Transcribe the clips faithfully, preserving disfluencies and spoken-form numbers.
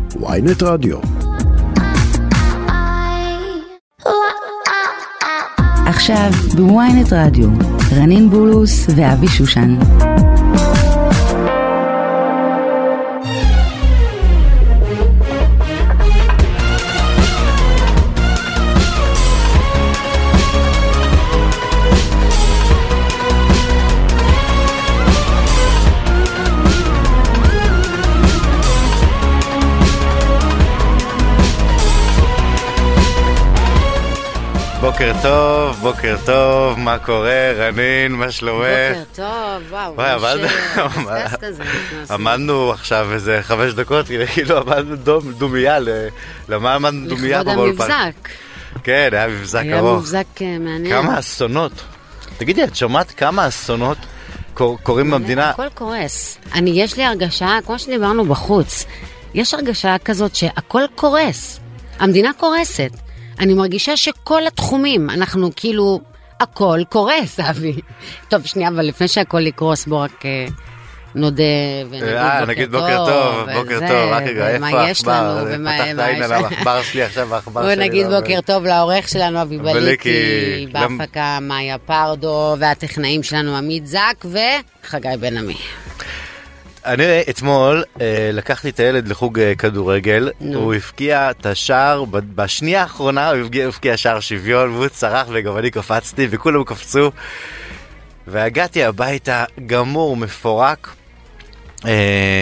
וויינט רדיו. עכשיו בוויינט רדיו, רנין בולוס ואבי שושן. בוקר טוב, בוקר טוב, מה קורה, רנין, מה שלומך? בוקר טוב, וואו, ממש כזה. עמדנו עכשיו איזה חמש דקות, כאילו עמדנו דומיה, למה עמדנו דומיה פה באולפן? לכבוד המבזק. כן, היה מבזק היה ארוך. מבזק מעניין. כמה אסונות. תגידי, את שומעת כמה אסונות קורים במדינה? הכל קורס. אני, יש לי הרגשה, כמו שדיברנו בחוץ, יש הרגשה כזאת שהכל קורס. המדינה קורסת. אני מרגישה שכל התחומים, אנחנו כאילו, הכל קורס, אבי. טוב, שנייה, אבל לפני שהכל יקרוס, בוא רק נודה ונגיד בוקר טוב. בוקר טוב, בוקר טוב, רק רגע, איפה האחבר? פתחת עין על האחבר שלי עכשיו, האחבר שלי. בוא נגיד בוקר טוב לעורך שלנו, אבי בליקי, בהפקה מאיה פרדו, והטכנאים שלנו עמית זק וחגי בן עמי. אני אתמול אה, לקחתי את הילד לחוג אה, כדורגל, no. הוא הפקיע את השער, בשנייה האחרונה הוא הפקיע, הפקיע שער שוויון, והוא צרח וגם אני קפצתי וכולם קפצו, והגעתי הביתה גמור, מפורק, אה,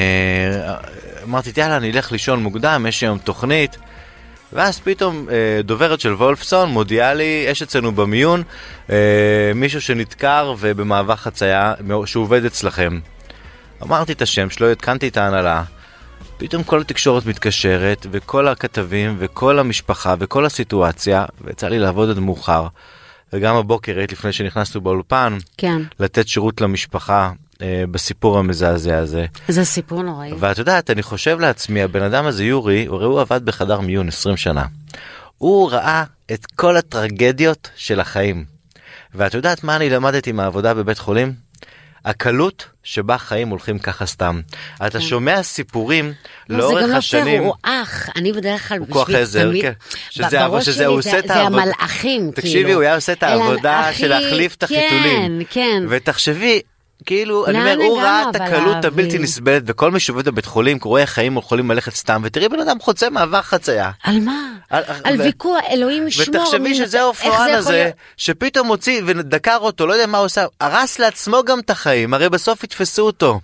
אמרתי, יאללה, אני אלך לישון מוקדם, יש היום תוכנית, ואז פתאום אה, דוברת של וולפסון מודיעה לי, יש אצלנו במיון, אה, מישהו שנתקר ובמעבר חצייה, שהוא עובד אצלכם. אמרתי את השם שלו, התקנתי את ההנהלה, פתאום כל התקשורת מתקשרת, וכל הכתבים, וכל המשפחה, וכל הסיטואציה, ויצא לי לעבוד עד מאוחר. וגם הבוקר, ראית לפני שנכנסנו באולפן, כן. לתת שירות למשפחה אה, בסיפור המזעזע הזה. זה סיפור נוראי. ואת יודעת, אני חושב לעצמי, הבן אדם הזה יורי, הוא, הוא עבד בחדר מיון עשרים שנה. הוא ראה את כל הטרגדיות של החיים. ואת יודעת מה אני למדתי מהעבודה בבית חולים? הקלות שבה חיים הולכים ככה סתם. אתה שומע סיפורים לאורך השנים. זה גם לא פייר, הוא אח. אני בדרך כלל... הוא כוח עזר, כן. בראש שלי זה המלאכים. תקשיבי, הוא היה עושה את העבודה של להחליף את החיתולים. כן, כן. ותחשבי, כאילו, אני אומר, הוא ראה את הקלות הבלתי נסבלת, וכל מי שעובד בבית חולים, קורא חיים יכולים ללכת סתם, ותראי בן אדם חוצה מעבר חציה. על מה? על ויכוח, אלוהים ישמור. ותחשבי שזה האופנוען הזה, שפתאום מוציא ודקר אותו, לא יודע מה הוא עושה, הרס לעצמו גם את החיים, הרי בסוף יתפסו אותו.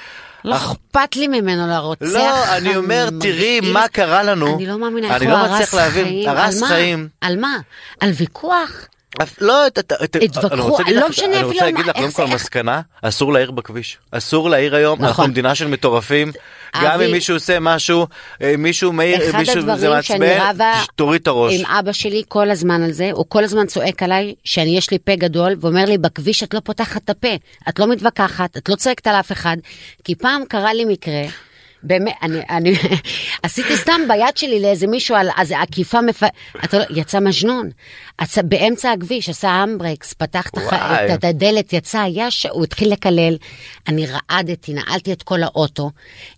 לא אכפת לי ממנו לרוצח. לא, אני אומר, תראי מה קרה לנו. אני לא מאמינה, איך הוא הרס חיים. הרס חיים. על מה? על ויכוח? לא, אני רוצה להגיד לך, קודם כל מסקנה, אסור להעיר בכביש. אסור להעיר היום, אנחנו מדינה של מטורפים, גם אם מישהו עושה משהו, מישהו מעיר, מישהו זה מעצבן, תוריד את הראש. עם אבא שלי כל הזמן על זה, הוא כל הזמן צועק עליי, שאני יש לי פה גדול, ואומר לי, בכביש את לא פותחת את הפה, את לא מתווכחת, את לא צועקת על אף אחד, כי פעם קרה לי מקרה, באמת, אני, אני, עשיתי סתם ביד שלי לאיזה מישהו על איזה עקיפה, מפ... אתה לא, יצא מז'נון, עצ... באמצע הכביש, עשה אמברקס, פתח את הדלת, יצא, יש, הוא התחיל לקלל, אני רעדתי, נעלתי את כל האוטו,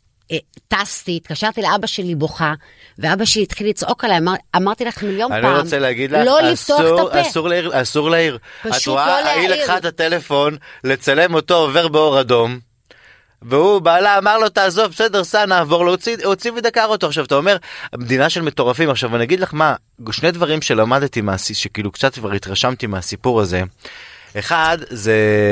טסתי, התקשרתי לאבא שלי בוכה, ואבא שלי התחיל לצעוק עליי, אמר, אמרתי לך מיליון אני פעם, אני רוצה להגיד לך, לא אסור, לפתוח את הפה. אסור להעיר, אסור להעיר. פשוט את רואה, לא להעיר. היא לקחה את הטלפון, לצלם אותו עובר באור אדום, והוא בעלה אמר לו תעזוב בסדר סע נעבור לו, הוציא ודקר אותו. עכשיו אתה אומר המדינה של מטורפים. עכשיו אני אגיד לך מה, שני דברים שלמדתי מהסיס, שכאילו קצת כבר התרשמתי מהסיפור הזה. אחד זה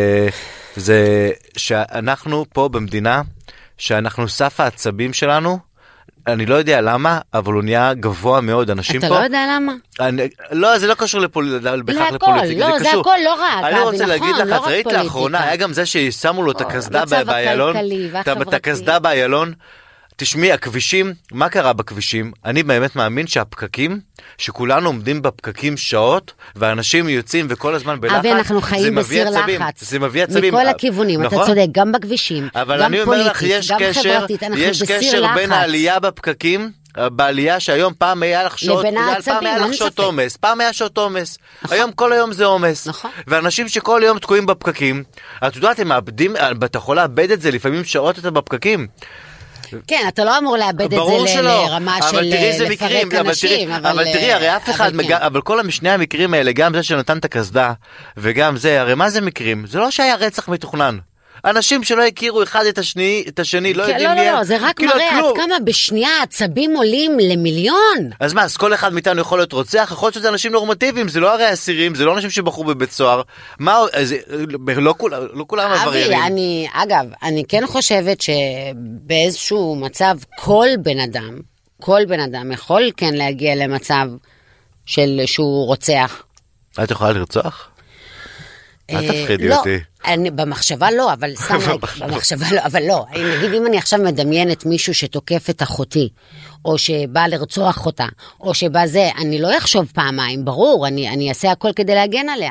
זה שאנחנו פה במדינה שאנחנו סף העצבים שלנו, אני לא יודע למה, אבל הוא נהיה גבוה מאוד. אנשים אתה פה... לא יודע למה? אני... לא, זה לא קשור לפול... בכך לפוליטיקה. לא, זה, זה הכל לא רק. אני רוצה נכון, להגיד לך, לא את ראית לאחרונה, היה גם זה ששמו לו את הקסדה באיילון. את הקסדה באיילון. תשמעי, הכבישים, מה קרה בכבישים? אני באמת מאמין שהפקקים, שכולנו עומדים בפקקים שעות, ואנשים יוצאים וכל הזמן בלחץ, אבל אנחנו חיים בסיר לחץ. זה מביא עצבים. מכל הכיוונים, נכון? אתה צודק, גם בכבישים, אבל גם אני אומר לך, פוליטית, יש גם קשר, חברתית, אנחנו יש בסיר קשר לחץ. בין העלייה בפקקים, בעלייה שהיום פעם היה לך שעות, לבין העצבים, פעם היה לך שעות עומס, פעם היה שעות עומס, נכון. היום כל היום זה עומס, נכון. ואנשים שכל היום תקועים בפקקים, את יודעת, הם מאבדים, אתה יכול לאבד את זה, לפעמים שעות אתה בפקקים, כן, אתה לא אמור לאבד את זה לרמה של לפרק אנשים, אבל תראי, הרי אף אחד, אבל כל המשני המקרים האלה, גם זה שנתן את הכסדה, וגם זה, הרי מה זה מקרים? זה לא שהיה רצח מתוכנן. אנשים שלא הכירו אחד את השני, את השני, לא יודעים מי... לא, לא, לא, זה רק מראה עד כמה בשנייה העצבים עולים למיליון. אז מה, אז כל אחד מאיתנו יכול להיות רוצח, יכול להיות שזה אנשים נורמטיביים, זה לא הרי אסירים, זה לא אנשים שבחרו בבית סוהר. מה, לא כולם עבריינים. אבי, אני, אגב, אני כן חושבת שבאיזשהו מצב כל בן אדם, כל בן אדם יכול כן להגיע למצב של שהוא רוצח. את יכולה לרצוח? אל תפחידי לא, אותי. אני, במחשבה לא, אבל סתם, במחשבה לא, אבל לא. נגיד אם אני עכשיו מדמיינת מישהו שתוקף את אחותי, או שבא לרצוח אותה, או שבא זה, אני לא אחשוב פעמיים, ברור, אני, אני אעשה הכל כדי להגן עליה.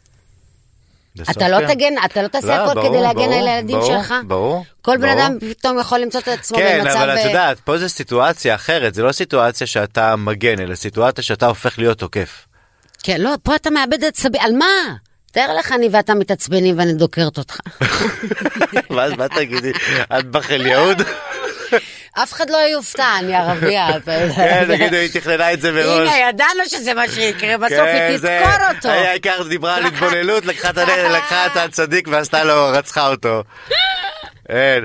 אתה לא תגן, אתה לא תעשה הכל כדי להגן על הילדים שלך? ברור. כל בן אדם פתאום יכול למצוא את עצמו במצב... כן, אבל את יודעת, פה זו סיטואציה אחרת, זה לא סיטואציה שאתה מגן, אלא סיטואציה שאתה הופך להיות תוקף. כן, לא, פה אתה מאבד את סבי, על מה? תאר לך אני ואתה מתעצבנים ואני דוקרת אותך. ואז מה תגידי? את בחל יהוד? אף אחד לא יופתע, אני ערבייה. כן, תגידו, היא תכננה את זה מראש. הנה, ידענו שזה מה שיקרה, בסוף היא תזכור אותו. היה עיקר דיברה על התבוננות, לקחה את הצדיק ועשתה לו, רצחה אותו. אין.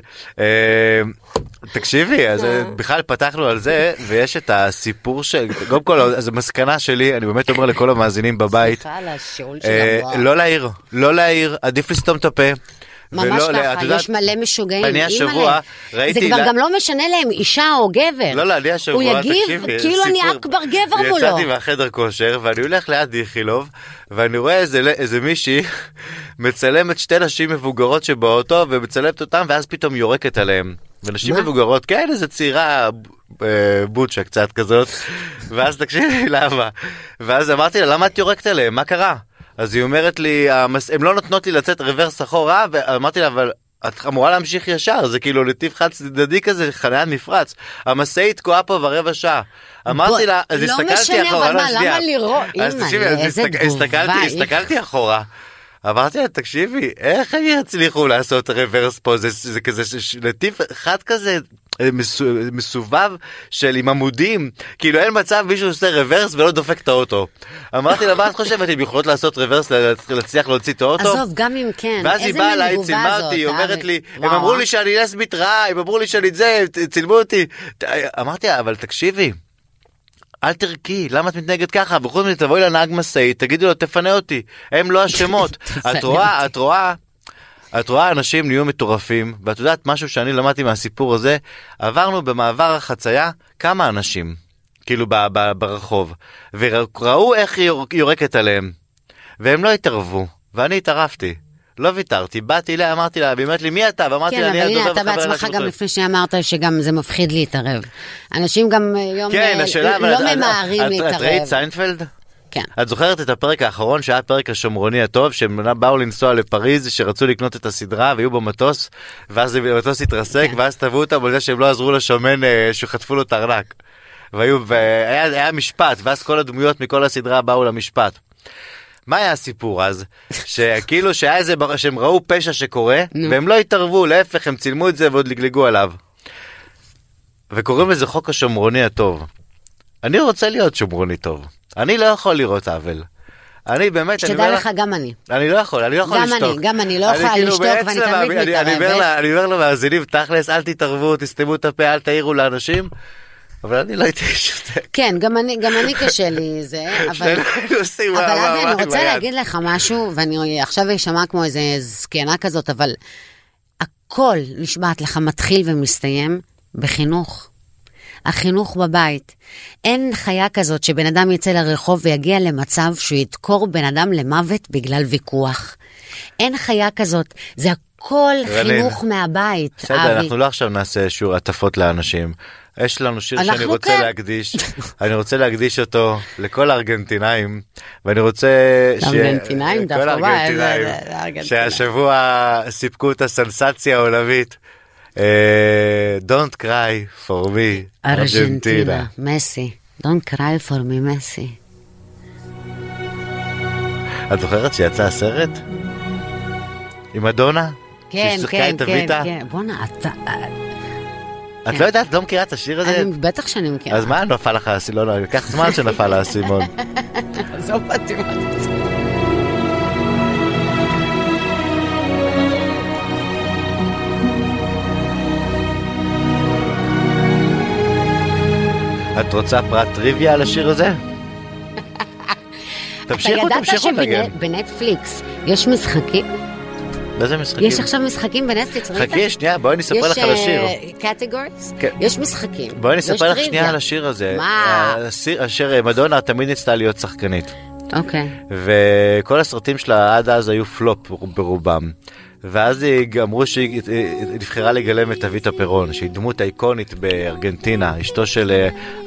תקשיבי, אז בכלל פתחנו על זה, ויש את הסיפור של, קודם כל, אז המסקנה שלי, אני באמת אומר לכל המאזינים בבית, סליחה על השיעול של המוח. לא להעיר, לא להעיר, עדיף לסתום את הפה. ממש ככה, יש מלא משוגעים. אני השבוע ראיתי... זה כבר גם לא משנה להם אישה או גבר. לא, לא, אני השבוע, הוא יגיב כאילו אני אכבר גבר מולו. יצאתי מהחדר כושר, ואני הולך ליד איכילוב, ואני רואה איזה מישהי מצלמת שתי נשים מבוגרות שבאוטו, ומצלמת אותם, ואז פתאום יורקת עליהם. ונשים מבוגרות, כן, איזה צעירה בוצ'ה קצת כזאת, ואז תקשיבי למה. ואז אמרתי לה, למה את יורקת עליהם? מה קרה? אז היא אומרת לי, הם לא נותנות לי לצאת רוורס אחורה, ואמרתי לה, אבל את אמורה להמשיך ישר, זה כאילו נתיב חד צדדי כזה, חניה נפרץ. המסעית תקועה פה ברבע שעה. אמרתי לה, אז הסתכלתי אחורה, לא משנה, אבל מה, למה לראות? אימא, איזה תגובה. הסתכלתי אחורה. אמרתי לה, תקשיבי, איך הם יצליחו לעשות רוורס פה? זה כזה נתיב חד כזה, מסובב של עם עמודים, כאילו אין מצב מישהו עושה רוורס ולא דופק את האוטו. אמרתי לה, מה את חושבת, הם יכולות לעשות רוורס להצליח להוציא את האוטו? עזוב, גם אם כן, ואז היא באה אליי, צילמה אותי, היא אומרת לי, הם אמרו לי שאני לסבית רע, הם אמרו לי שאני את זה, צילמו אותי. אמרתי לה, אבל תקשיבי, אל תרקי, למה את מתנהגת ככה? בחוץ מזה תבואי לנהג מסעית, תגידו לו, תפנה אותי, הם לא השמות. את רואה, את רואה, את רואה אנשים נהיו מטורפים, ואת יודעת משהו שאני למדתי מהסיפור הזה, עברנו במעבר החצייה כמה אנשים, כאילו ב- ב- ברחוב, וראו איך היא יורקת עליהם, והם לא התערבו, ואני התערבתי. לא ויתרתי, באתי אליה, אמרתי לה, באמת לי, מי אתה? ואמרתי לה, אני הדובר וחבר. כן, אבל הנה, אתה בעצמך גם לפני שאמרת שגם זה מפחיד להתערב. אנשים גם יום לא ממהרים להתערב. את ראית סיינפלד? כן. את זוכרת את הפרק האחרון, שהיה הפרק השומרוני הטוב, שהם באו לנסוע לפריז, שרצו לקנות את הסדרה, והיו במטוס, ואז המטוס התרסק, ואז תבעו אותם על זה שהם לא עזרו לשמן, שחטפו לו את הארנק. והיה משפט, ואז כל הדמויות מכל הסדרה באו למשפט. מה היה הסיפור אז? שכאילו שהיה איזה, שהם ראו פשע שקורה, והם לא התערבו, להפך, הם צילמו את זה ועוד לגלגו עליו. וקוראים לזה חוק השומרוני הטוב. אני רוצה להיות שומרוני טוב. אני לא יכול לראות עוול. אני באמת... שתדע לך, גם אני. אני לא יכול, אני לא יכול לשתוק. גם אני, גם אני לא יכולה לשתוק, ואני תמיד מתערבת. אני אומר למאזינים, תכלס, אל תתערבו, תסתמו את הפה, אל תעירו לאנשים. אבל אני לא הייתי שותק. כן, גם אני, גם אני קשה לי זה, אבל... אבל אבי, אני רוצה להגיד לך משהו, ואני עכשיו אשמע כמו איזה זקנה כזאת, אבל הכל נשבעת לך מתחיל ומסתיים בחינוך. החינוך בבית. אין חיה כזאת שבן אדם יצא לרחוב ויגיע למצב שהוא ידקור בן אדם למוות בגלל ויכוח. אין חיה כזאת. זה הכל חינוך מהבית. בסדר, אנחנו לא עכשיו נעשה שיעור עטפות לאנשים. יש לנו שיר שאני רוצה כן. להקדיש, אני רוצה להקדיש אותו לכל הארגנטינאים, ואני רוצה הארגנטינאים דווקא, כל הארגנטינאים שהשבוע סיפקו את הסנסציה העולמית. Don't cry for me, ארגנטינה, מסי. Don't cry for me, מסי. את זוכרת שיצא הסרט? עם מדונה? כן, כן, כן, כן. בוא נה, אתה... את לא יודעת, לא מכירה את השיר הזה? אני בטח שאני מכירה. אז מה נפל לך האסימון? לא, לקח זמן שנפל האסימון. זו באתי מה אתה רוצה. את רוצה פרט טריוויה על השיר הזה? תמשיכו, תמשיכו נגן. בנטפליקס יש משחקים? באיזה משחקים? יש עכשיו משחקים בנטפליקס. חכי, שנייה, בואי נספר לך על השיר. יש קטגוריס? יש משחקים. בואי נספר לך שנייה על השיר הזה. מה? השיר מדונה תמיד ניסתה להיות שחקנית. אוקיי. וכל הסרטים שלה עד אז היו פלופ ברובם. ואז אמרו שהיא נבחרה לגלם את אביטה פרון, שהיא דמות אייקונית בארגנטינה, אשתו של,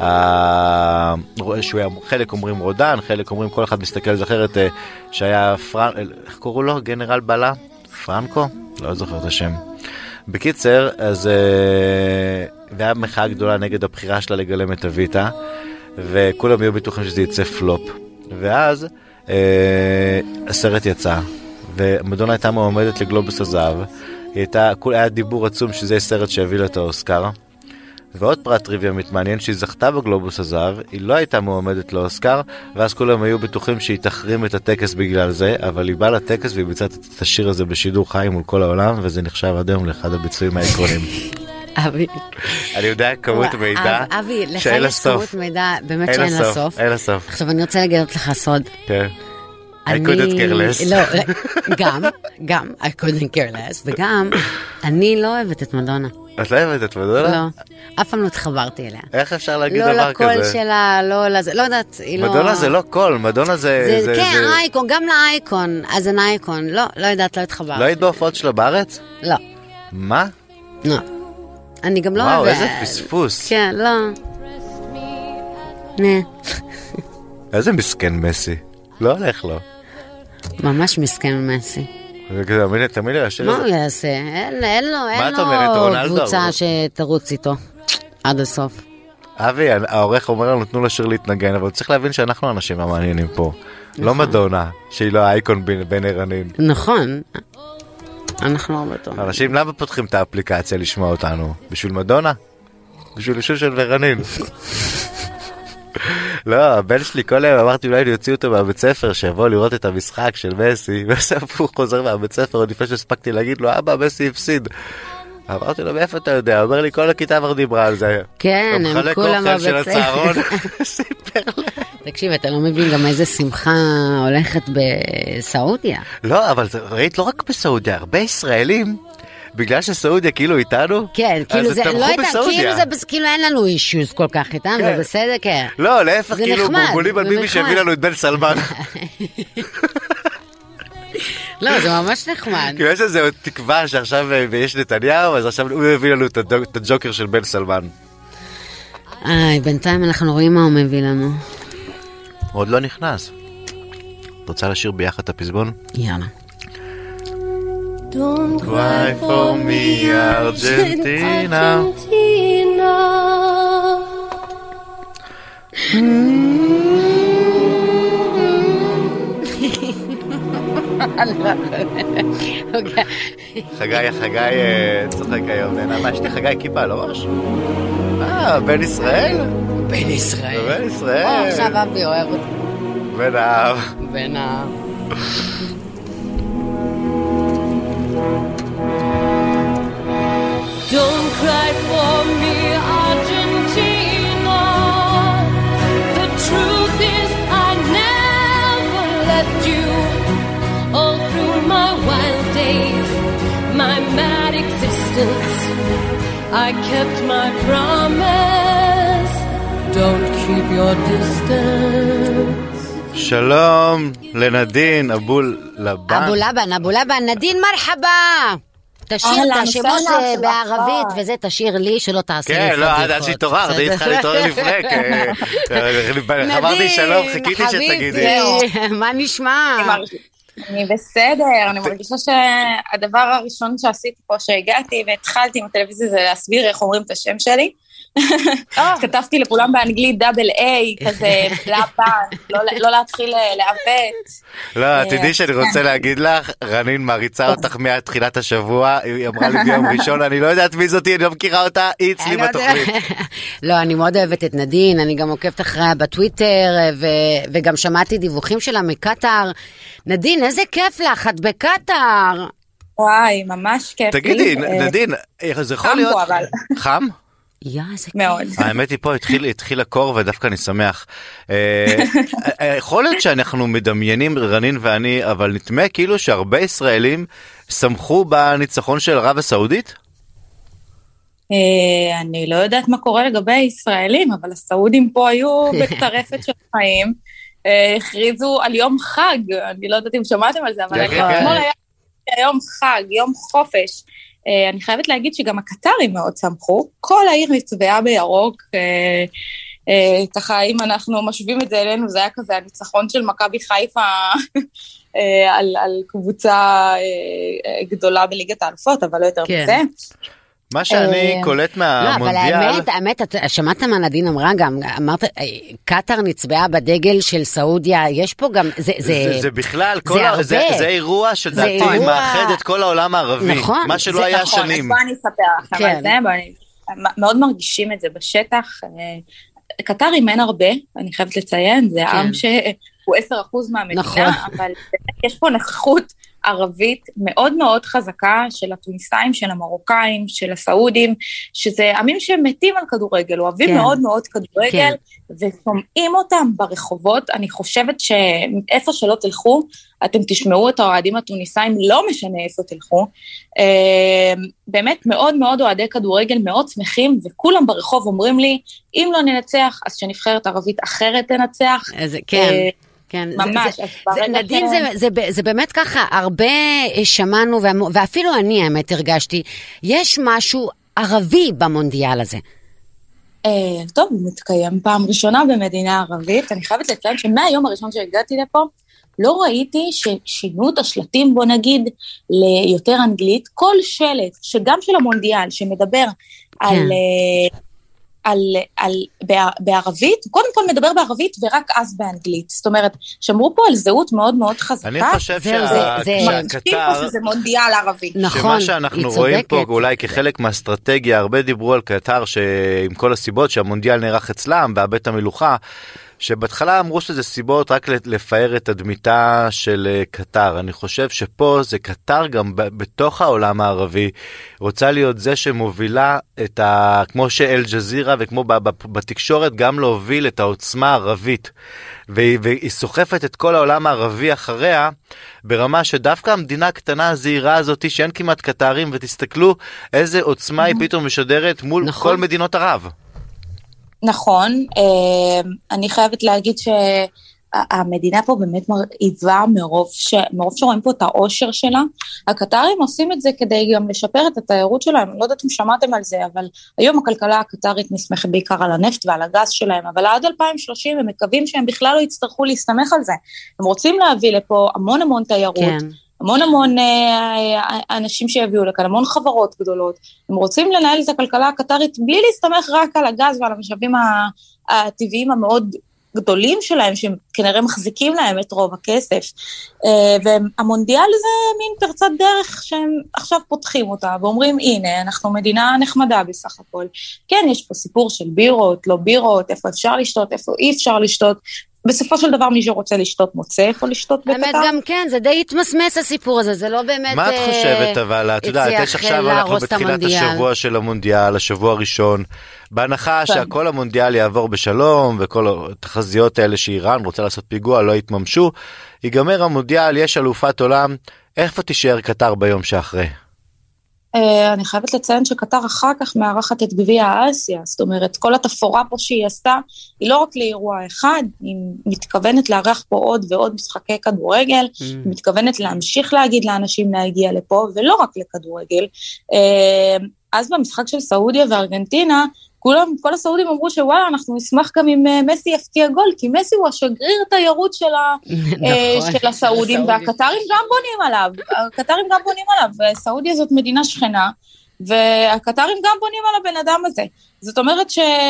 חלק אומרים רודן, חלק אומרים כל אחד מסתכל על זכרת, שהיה, איך קוראו לו? גנרל בלה? פרנקו? לא זוכר את השם. בקיצר, אז והיה מחאה גדולה נגד הבחירה שלה לגלם את אביטה, וכולם היו בטוחים שזה יצא פלופ. ואז הסרט יצא. ומדונה הייתה מועמדת לגלובוס הזהב, הייתה, היה דיבור עצום שזה סרט שהביא לה את האוסקר, ועוד פרט טריוויה מתמעניין שהיא זכתה בגלובוס הזהב, היא לא הייתה מועמדת לאוסקר, ואז כולם היו בטוחים שהיא תחרים את הטקס בגלל זה, אבל היא באה לטקס והיא ביצעה את השיר הזה בשידור חי מול כל העולם, וזה נחשב עד היום לאחד הביצועים העקרוניים. אבי. אני יודע כמות מידע שאין לה סוף. אבי, לך יש כמות מידע באמת שאין לה סוף. אין לה סוף. עכשיו אני רוצה לגלות לך סוד. כן. I couldn't care less. לא, גם, גם, I couldn't care less, וגם, אני לא אוהבת את מדונה. את לא אוהבת את מדונה? לא, אף פעם לא התחברתי אליה. איך אפשר להגיד דבר כזה? לא לקול שלה, לא לזה, לא יודעת, היא לא... מדונה זה לא קול, מדונה זה... כן, אייקון, גם לאייקון, אז אין אייקון, לא, לא יודעת, לא התחברתי. לא היית בהופעות שלה בארץ? לא. מה? לא. אני גם לא אוהבת... וואו, אוהבת... איזה פספוס. כן, לא. נה. איזה מסכן מסי. לא הולך לו. ממש מסכן מסי. תמיד לי השיר מה הזה. הוא יעשה? אין לו קבוצה שתרוץ איתו עד הסוף. אבי, העורך אומר לנו תנו לשיר להתנגן, אבל צריך להבין שאנחנו אנשים המעניינים פה. לא מדונה, שהיא לא האייקון בין ערנין. נכון. אנחנו הרבה טוב. אנשים למה פותחים את האפליקציה לשמוע אותנו? בשביל מדונה? בשביל אישור של ערנין. לא, הבן שלי כל היום אמרתי אולי אני יוציא אותו מהבית ספר שיבוא לראות את המשחק של מסי, בסוף הוא חוזר מהבית ספר עוד לפני שהספקתי להגיד לו אבא מסי הפסיד. אמרתי לו מאיפה אתה יודע? אומר לי כל הכיתה כבר דיברה על זה. כן, הם כולם בבית ספר. סיפר לה. תקשיב, אתה לא מבין גם איזה שמחה הולכת בסעודיה. לא, אבל ראית לא רק בסעודיה, הרבה ישראלים בגלל שסעודיה כאילו איתנו, כן, כאילו זה, לא איתנו, כאילו זה, כאילו אין לנו אישוז כל כך איתנו, זה בסדר, כן. לא, להפך, כאילו בולבולים על ביבי שהביא לנו את בן סלמן. לא, זה ממש נחמד. כאילו יש איזה תקווה שעכשיו יש נתניהו, אז עכשיו הוא הביא לנו את הג'וקר של בן סלמן. איי, בינתיים אנחנו רואים מה הוא מביא לנו. עוד לא נכנס. רוצה לשיר ביחד את הפזמון? יאללה. Don't cry for me, Argentina. חגי, חגי צוחק היום. מה, יש לי חגי כיפה, לא ראש? אה, בן ישראל? בן ישראל. בן ישראל. או, עכשיו אבי אוהב אותי. בן האב. בן האב. Don't cry for me, Argentina. The truth is I never left you. All through my wild days, my mad existence, I kept my promise. Don't keep your distance. שלום לנדין אבול לבן. אבו לבן, אבו לבן, נדין מרחבה. תשאיר את השמות בערבית, וזה תשאיר לי שלא תעשה לי פדיחות. כן, לא, עד שהתעוררת, היית צריכה להתעורר לפני. אמרתי שלום, חיכיתי שתגידי. מה נשמע? אני בסדר, אני מרגישה שהדבר הראשון שעשיתי פה, שהגעתי והתחלתי עם הטלוויזיה, זה להסביר איך אומרים את השם שלי, כתבתי לכולם באנגלית דאבל איי, כזה לפן, לא להתחיל לעוות. לא, תדעי שאני רוצה להגיד לך, רנין מעריצה אותך מתחילת השבוע, היא אמרה לי ביום ראשון, אני לא יודעת מי זאתי, אני לא מכירה אותה, היא אצלי בתוכנית. לא, אני מאוד אוהבת את נדין, אני גם עוקבת אחריה בטוויטר, וגם שמעתי דיווחים שלה מקטר. נדין, איזה כיף לך, את בקטר. וואי, ממש כיף. תגידי, נדין, זה יכול להיות... חם פה, אבל. חם? יא, זה כיף. מאוד. האמת היא פה, התחיל הקור ודווקא אני שמח. יכול להיות שאנחנו מדמיינים, רנין ואני, אבל נתמה כאילו שהרבה ישראלים שמחו בניצחון של ערב הסעודית? אני לא יודעת מה קורה לגבי ישראלים, אבל הסעודים פה היו בטרפת של חיים, הכריזו על יום חג, אני לא יודעת אם שמעתם על זה, אבל אתמול היה יום חג, יום חופש. אני חייבת להגיד שגם הקטרים מאוד שמחו, כל העיר נצבעה בירוק, ככה אם אנחנו משווים את זה אלינו, זה היה כזה הניצחון של מכבי חיפה על, על קבוצה גדולה בליגת האלופות, אבל לא יותר מזה. מה שאני קולט מהמונדיאל... לא, אבל האמת, האמת, שמעת מה נדין אמרה גם, אמרת, קטר נצבעה בדגל של סעודיה, יש פה גם, זה... זה, זה בכלל, זה אירוע שדעתי מאחד את כל העולם הערבי, מה שלא היה שנים. בוא אני אספר לכם על זה, מאוד מרגישים את זה בשטח, קטרים אין הרבה, אני חייבת לציין, זה עם שהוא עשרה אחוז מהמדינה, אבל יש פה נוכחות ערבית מאוד מאוד חזקה של התוניסאים, של המרוקאים, של הסעודים, שזה עמים שמתים על כדורגל, אוהבים כן. מאוד מאוד כדורגל, כן. ושומעים אותם ברחובות, אני חושבת שאיפה שלא תלכו, אתם תשמעו את האוהדים התוניסאים, לא משנה איפה תלכו, באמת מאוד מאוד אוהדי כדורגל, מאוד שמחים, וכולם ברחוב אומרים לי, אם לא ננצח, אז שנבחרת ערבית אחרת תנצח. אז כן. כן, ממש, זה, זה, זה, נדין, זה, זה, זה, זה באמת ככה, הרבה שמענו, ואפילו אני האמת הרגשתי, יש משהו ערבי במונדיאל הזה. טוב, הוא מתקיים פעם ראשונה במדינה ערבית, אני חייבת לציין שמהיום הראשון שהגעתי לפה, לא ראיתי ששינו את השלטים, בוא נגיד, ליותר אנגלית, כל שלט, שגם של המונדיאל, שמדבר כן. על... על, על, בערבית, קודם כל מדבר בערבית ורק אז באנגלית, זאת אומרת, שמרו פה על זהות מאוד מאוד חזקה. אני חושב שהקטר, שזה מונדיאל ערבי. נכון, שמה שאנחנו רואים פה אולי כחלק מהאסטרטגיה, הרבה דיברו על קטר שעם כל הסיבות שהמונדיאל נערך אצלם, בהבית המלוכה, שבהתחלה אמרו שזה סיבות רק לפאר את הדמיתה של קטר. אני חושב שפה זה קטר גם בתוך העולם הערבי, רוצה להיות זה שמובילה את ה... כמו שאל ג'זירה וכמו בתקשורת גם להוביל את העוצמה הערבית. והיא, והיא סוחפת את כל העולם הערבי אחריה, ברמה שדווקא המדינה הקטנה הזהירה הזאת, שאין כמעט קטרים, ותסתכלו איזה עוצמה היא פתאום משדרת מול נכון. כל מדינות ערב. נכון, אני חייבת להגיד שהמדינה פה באמת מרעיבה מרוב, ש... מרוב שרואים פה את העושר שלה, הקטרים עושים את זה כדי גם לשפר את התיירות שלהם, אני לא יודעת אם שמעתם על זה, אבל היום הכלכלה הקטרית נסמכת בעיקר על הנפט ועל הגז שלהם, אבל עד אלפיים ושלושים הם מקווים שהם בכלל לא יצטרכו להסתמך על זה, הם רוצים להביא לפה המון המון תיירות, כן. המון המון אנשים שיביאו לכאן, המון חברות גדולות, הם רוצים לנהל את הכלכלה הקטרית בלי להסתמך רק על הגז ועל המשאבים הטבעיים המאוד גדולים שלהם, שהם כנראה מחזיקים להם את רוב הכסף, והמונדיאל זה מין פרצת דרך שהם עכשיו פותחים אותה, ואומרים הנה אנחנו מדינה נחמדה בסך הכל, כן יש פה סיפור של בירות, לא בירות, איפה אפשר לשתות, איפה אי אפשר לשתות, בסופו של דבר מי שרוצה לשתות מוצא, איפה לשתות בקטר. האמת גם כן, זה די התמסמס הסיפור הזה, זה לא באמת... מה את חושבת אבל, את יודעת, יש עכשיו אנחנו בתחילת השבוע של המונדיאל, השבוע הראשון, בהנחה שהכל המונדיאל יעבור בשלום, וכל התחזיות האלה שאיראן רוצה לעשות פיגוע לא יתממשו, ייגמר המונדיאל, יש אלופת עולם, איפה תישאר קטר ביום שאחרי? אני חייבת לציין שקטר אחר כך מארחת את גביע האסיה, זאת אומרת, כל התפאורה פה שהיא עשתה, היא לא רק לאירוע אחד, היא מתכוונת לארח פה עוד ועוד משחקי כדורגל, mm. היא מתכוונת להמשיך להגיד לאנשים להגיע לפה, ולא רק לכדורגל. אז במשחק של סעודיה וארגנטינה, כולם, כל הסעודים אמרו שוואלה, אנחנו נשמח גם אם מסי יפתיע גול, כי מסי הוא השגריר תיירות של, ה, נכון, של הסעודים, והקטרים גם בונים עליו, הקטרים גם בונים עליו, וסעודיה זאת מדינה שכנה, והקטרים גם בונים על הבן אדם הזה. זאת אומרת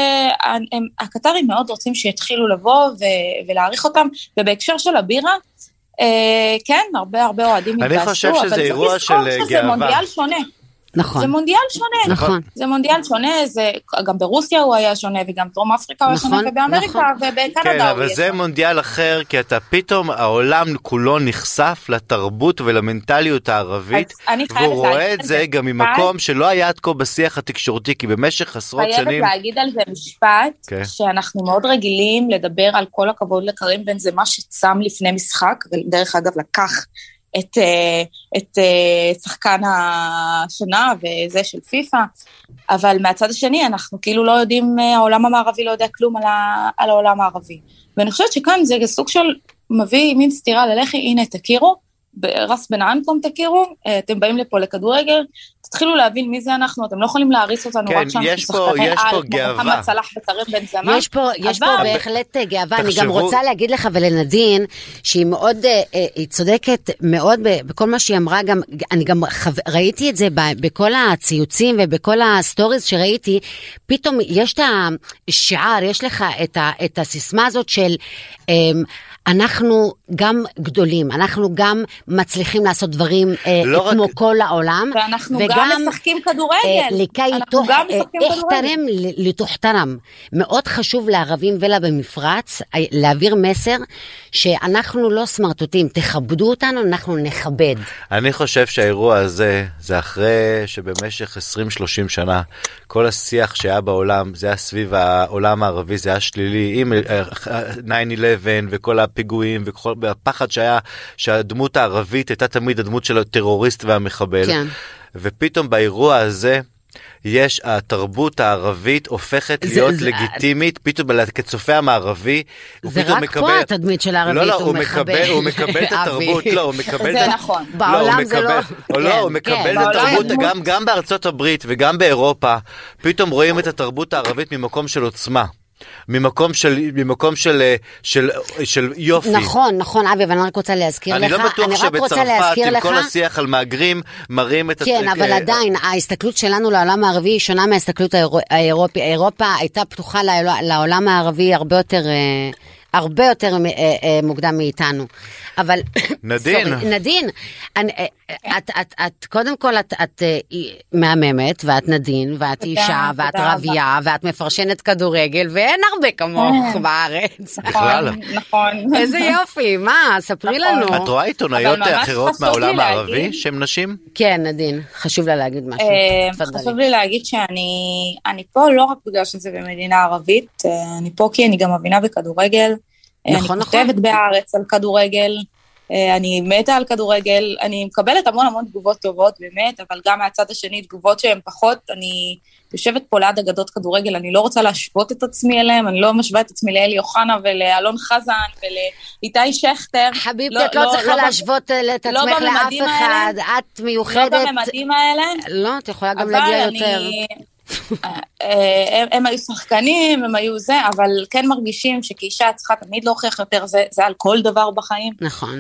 שהקטרים מאוד רוצים שיתחילו לבוא ולהעריך אותם, ובהקשר של הבירה, כן, הרבה הרבה אוהדים התבאסו, אני חושב שזה אירוע של גאווה. שזה מונדיאל שונה. נכון. זה מונדיאל שונה. נכון. זה מונדיאל שונה, זה, גם ברוסיה הוא היה שונה, וגם דרום אפריקה הוא היה שונה, ובאמריקה, ובקנדה כן, הוא אבל זה מונדיאל אחר, כי אתה פתאום, העולם כולו נחשף לתרבות ולמנטליות הערבית, והוא רואה את זה גם ממקום שלא היה עד כה בשיח התקשורתי, כי במשך עשרות שנים... חייבת להגיד על זה משפט, שאנחנו מאוד רגילים לדבר על כל הכבוד לקרים בן זה מה שצם לפני משחק, ודרך אגב לקח את, את שחקן השנה וזה של פיפה, אבל מהצד השני אנחנו כאילו לא יודעים, העולם המערבי לא יודע כלום על, ה, על העולם הערבי, ואני חושבת שכאן זה סוג של מביא מין סתירה ללחי, הנה תכירו, רס בן ענקום תכירו, אתם באים לפה לכדורגל, תתחילו להבין מי זה אנחנו, אתם לא יכולים להריץ אותנו כן, רק שאנחנו שחקני על, כמו מוחמד סלאח וקרים בן זמה. יש פה, יש פה בהחלט גאווה, אני גם רוצה להגיד לך ולנדין, שהיא מאוד, היא צודקת מאוד בכל מה שהיא אמרה, גם, אני גם ראיתי את זה בכל הציוצים ובכל הסטוריז שראיתי, פתאום יש את השער, יש לך את, את הסיסמה הזאת של... אנחנו גם גדולים, אנחנו גם מצליחים לעשות דברים לא כמו רק... כל העולם. ואנחנו וגם, גם משחקים כדורגל. לקי תוך, אחתרם לתוחתרם. מאוד חשוב לערבים ולה במפרץ, להעביר מסר שאנחנו לא סמרטוטים, תכבדו אותנו, אנחנו נכבד. אני חושב שהאירוע הזה, זה אחרי שבמשך עשרים שלושים שנה, כל השיח שהיה בעולם, זה היה סביב העולם הערבי, זה היה שלילי, עם נין אלבן וכל הפיגועים, והפחד שהיה, שהדמות הערבית הייתה תמיד הדמות של הטרוריסט והמחבל. כן. ופתאום באירוע הזה, יש, התרבות הערבית הופכת זה, להיות זה, לגיטימית, פתאום כצופה המערבי, זה רק מקבל, פה התדמית של הערבית, לא, לא, הוא, הוא מחבל. מקבל, הוא מקבל את התרבות, לא, הוא מקבל זה את נכון. בעולם לא, זה לא. או לא, הוא מקבל את התרבות, גם, גם בארצות הברית וגם באירופה, פתאום רואים את התרבות הערבית ממקום של עוצמה. ממקום של, ממקום של, של, של יופי. נכון, נכון, אבי, אבל אני רק רוצה להזכיר אני לך. לא בטוח שבצרפת, עם לך, כל השיח על מהגרים, מראים את... כן, אבל כ... עדיין, ההסתכלות שלנו לעולם הערבי היא שונה מההסתכלות האירופית. אירופה הייתה פתוחה לעולם הערבי הרבה יותר... הרבה יותר מוקדם מאיתנו. אבל... נדין. סורי, נדין. אני, את, את, את, קודם כל, את, את מהממת, ואת נדין, ואת אישה, ואת רבייה, ואת מפרשנת כדורגל, ואין הרבה כמוך בארץ. בכלל. נכון. איזה יופי, מה? ספרי לנו. את רואה עיתונאיות אחרות מהעולם הערבי, שהן נשים? כן, נדין. חשוב לה להגיד משהו. חשוב לי להגיד שאני אני פה לא רק בגלל שזה במדינה ערבית, אני פה כי אני גם מבינה בכדורגל, נכון, אני כותבת בארץ על כדורגל, אני מתה על כדורגל, אני מקבלת המון המון תגובות טובות באמת, אבל גם מהצד השני תגובות שהן פחות, אני יושבת פה ליד אגדות כדורגל, אני לא רוצה להשוות את עצמי אליהם, אני לא משווה את עצמי לאלי אוחנה ולאלון חזן ולאיתי שכטר. חביבתי, את לא צריכה להשוות את עצמך לאף אחד, את מיוחדת. לא בממדים האלה. לא, את יכולה גם להגיע יותר. הם, הם היו שחקנים, הם היו זה, אבל כן מרגישים שכאישה צריכה תמיד להוכיח יותר, זה, זה על כל דבר בחיים. נכון.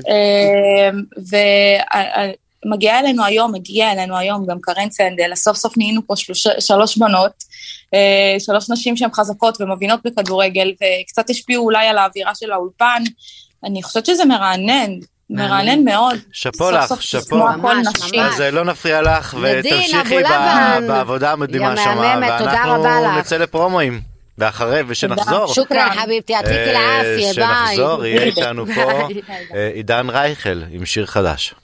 ומגיעה אלינו היום, מגיעה אלינו היום גם קרן סנדל, סוף סוף נהיינו פה שלוש, שלוש בנות, שלוש נשים שהן חזקות ומבינות בכדורגל, וקצת השפיעו אולי על האווירה של האולפן, אני חושבת שזה מרענן, מרענן מאוד. שפו לך, שפו. ממש, ממש. אז לא נפריע לך, ותמשיכי בעבודה המדהימה שמה, ואנחנו נצא לפרומואים, ואחרי, ושנחזור. שוקרן, חביבתי, עתיקי לעפיה, ביי. שנחזור, יהיה איתנו פה עידן רייכל, עם שיר חדש.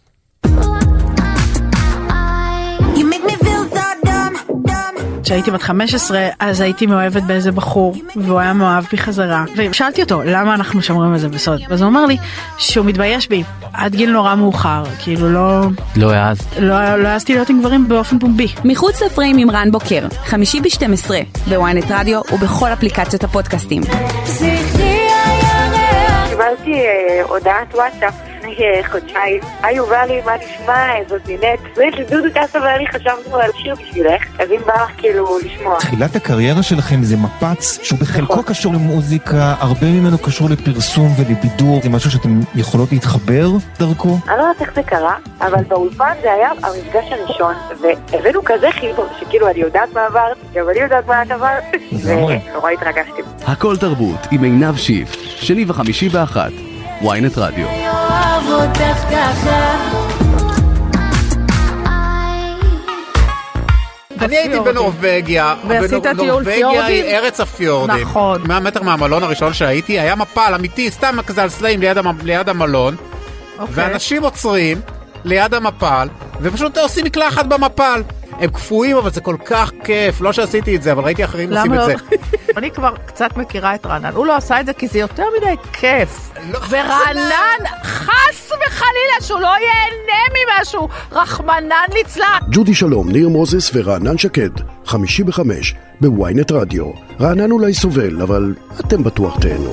כשהייתי בת חמש עשרה, אז הייתי מאוהבת באיזה בחור, והוא היה מאוהב בי חזרה. ושאלתי אותו, למה אנחנו שומרים על זה בסוד? ואז הוא אמר לי, שהוא מתבייש בי, עד גיל נורא מאוחר, כאילו לא... לא העז. לא, לא העזתי להיות עם גברים באופן פומבי. מחוץ לפריים עם רן בוקר, חמישי ב-שתים עשרה, בוויינט רדיו ובכל אפליקציות הפודקאסטים. קיבלתי הודעת וואטסאפ לפני חודשיים, היי יובלי, מה נשמע, זאת נינט, דודו טסה ואני חשבנו על שיר בשבילך, אז אם בא לך כאילו לשמוע. תחילת הקריירה שלכם זה מפץ, שהוא בחלקו קשור למוזיקה, הרבה ממנו קשור לפרסום ולבידור, זה משהו שאתם יכולות להתחבר דרכו? אני לא יודעת איך זה קרה, אבל באולפן זה היה המפגש הראשון, והבאנו כזה חיבור, שכאילו אני יודעת מה עברת, גם אני יודעת מה את עברת, ונורא התרגשתי. הכל תרבות עם עינב שיף, שני וחמישי באחת, וויינט רדיו. אני הייתי בנורווגיה, נורווגיה היא ארץ הפיורדים. נכון. מאה מטר מהמלון הראשון שהייתי, היה מפל אמיתי, סתם כזה על סלעים ליד המלון, ואנשים עוצרים ליד המפל, ופשוט עושים מקלחת במפל. הם קפואים, אבל זה כל כך כיף. לא שעשיתי את זה, אבל ראיתי אחרים עושים את זה. אני כבר קצת מכירה את רענן. הוא לא עשה את זה כי זה יותר מדי כיף. ורענן חס וחלילה שהוא לא ייהנה ממשהו. רחמנן ליצלן. ג'ודי שלום, ניר מוזס ורענן שקד. חמישי בחמש, בוויינט רדיו. רענן אולי סובל, אבל אתם בטוח תהנו.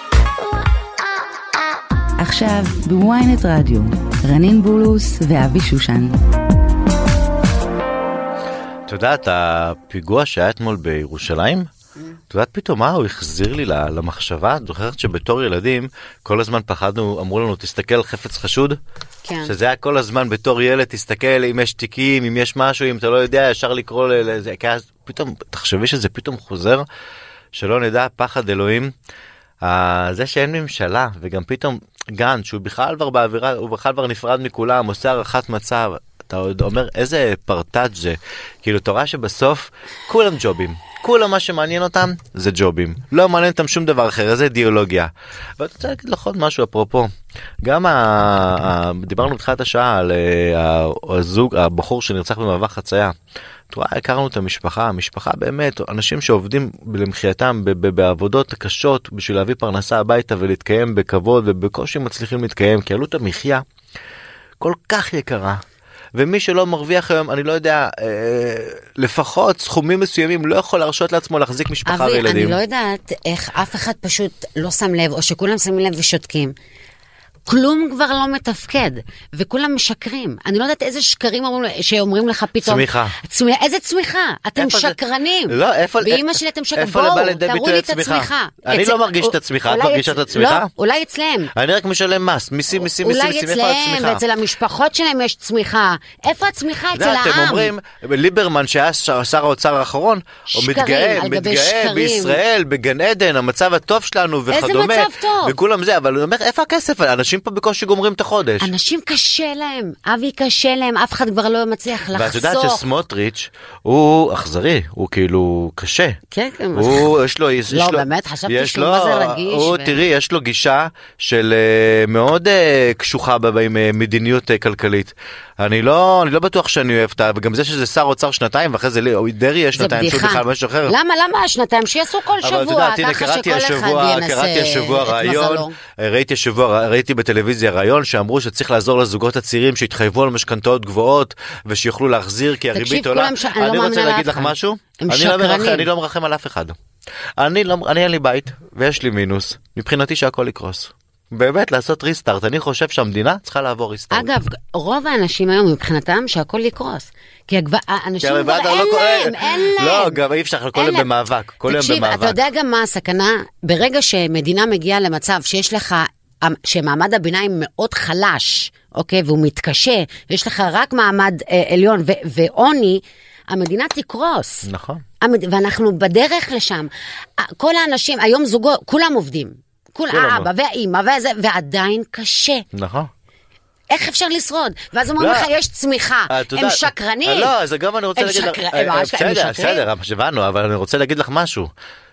עכשיו בוויינט רדיו. רנין בולוס ואבי שושן. אתה יודעת, הפיגוע שהיה אתמול בירושלים, אתה יודעת פתאום מה הוא החזיר לי למחשבה, את זוכרת שבתור ילדים כל הזמן פחדנו, אמרו לנו תסתכל חפץ חשוד, כן. שזה היה כל הזמן בתור ילד, תסתכל אם יש תיקים, אם יש משהו, אם אתה לא יודע, ישר לקרוא לזה, כי אז פתאום, תחשבי שזה פתאום חוזר, שלא נדע פחד אלוהים, זה שאין ממשלה, וגם פתאום גן, שהוא בכלל כבר באווירה, הוא בכלל כבר נפרד מכולם, עושה הערכת מצב, אתה עוד אומר איזה פרטאץ' זה, כאילו תורה שבסוף כולם ג'ובים, כולם מה שמעניין אותם זה ג'ובים, לא מעניין אותם שום דבר אחר, איזה אידיאולוגיה. ואתה רוצה להגיד לך עוד משהו אפרופו, גם ה... דיברנו בתחילת השעה על הזוג, הבחור שנרצח במעבר חצייה, תראה, הכרנו את המשפחה, המשפחה באמת, אנשים שעובדים למחייתם בעבודות קשות בשביל להביא פרנסה הביתה ולהתקיים בכבוד ובקושי מצליחים להתקיים, כי עלות המחיה כל כך יקרה. ומי שלא מרוויח היום, אני לא יודע, אה, לפחות סכומים מסוימים לא יכול להרשות לעצמו להחזיק משפחה אבי, וילדים. אני לא יודעת איך אף אחד פשוט לא שם לב, או שכולם שמים לב ושותקים. כלום כבר לא מתפקד, וכולם משקרים. אני לא יודעת איזה שקרים אומרים, שאומרים לך פתאום. צמיחה. צמי, איזה צמיחה? אתם שקרנים. זה... לא, איפה... ואמא שלי אתם שקרנים. בואו, תראו לי את הצמיחה. אני אצ... לא מרגיש את הצמיחה, את מרגישה את הצמיחה? לא, אולי אצלם. אני רק משלם מס, מיסים, מיסים, מיסים, מיסים, איפה הצמיחה? אולי אצלם, ואצל המשפחות שלהם יש צמיחה. איפה הצמיחה אצל העם? אתם אומרים, ליברמן שהיה שר האוצר האחרון, הוא מתגאה, מתגאה בישראל, בגן עדן, המצב הטוב שלנו וכדומה. איזה מצב טוב? וכולם זה, אבל הוא אומר, איפה הכסף? אנשים פה בקושי גומרים את החודש. אנשים קשה להם, אבי קשה להם, אף אחד כבר לא מצליח לחסוך. ואת יודעת שסמוטריץ' הוא אכזרי, הוא כאילו קשה. כן, כן. הוא, יש לו, יש לא, לו, באמת, חשבתי יש שהוא לו, מה זה רגיש. הוא, ו... תראי, יש לו גישה של uh, מאוד uh, קשוחה עם uh, מדיניות uh, כלכלית. אני לא, אני לא בטוח שאני אוהב אותה, וגם זה שזה שר אוצר שנתיים, ואחרי זה דרי יש שנתיים, שהוא בכלל משהו אחר. למה, למה השנתיים? שיעשו כל שבוע, יודעת, הנה, ככה שכל השבוע, אחד קראתי השבוע רעיון, ראיתי השבוע, ראיתי בטלוויזיה רעיון, שאמרו שצריך לעזור לזוגות הצעירים שהתחייבו על משכנתאות גבוהות, ושיוכלו להחזיר, כי הריבית עולה. אני רוצה להגיד לך משהו, אני לא מרחם על אף אחד. אני אין לי בית, ויש לי מינוס, מבחינתי שהכל יקרוס. באמת לעשות ריסטארט, אני חושב שהמדינה צריכה לעבור ריסטארט. אגב, רוב האנשים היום מבחינתם שהכל יקרוס, כי האנשים כבר אין להם, אין להם. לא, גם אי אפשר, כל יום במאבק, כל יום במאבק. תקשיב, אתה יודע גם מה הסכנה? ברגע שמדינה מגיעה למצב שיש לך, שמעמד הביניים מאוד חלש, אוקיי, והוא מתקשה, יש לך רק מעמד עליון ועוני, המדינה תקרוס. נכון. ואנחנו בדרך לשם. כל האנשים, היום זוגות, כולם עובדים. כול האבא והאימא וזה, ועדיין קשה. נכון. איך אפשר לשרוד? ואז אומרים לך, יש צמיחה. הם שקרנים. לא, זה גם אני רוצה להגיד לך. בסדר, בסדר, הבנו, אבל אני רוצה להגיד לך משהו.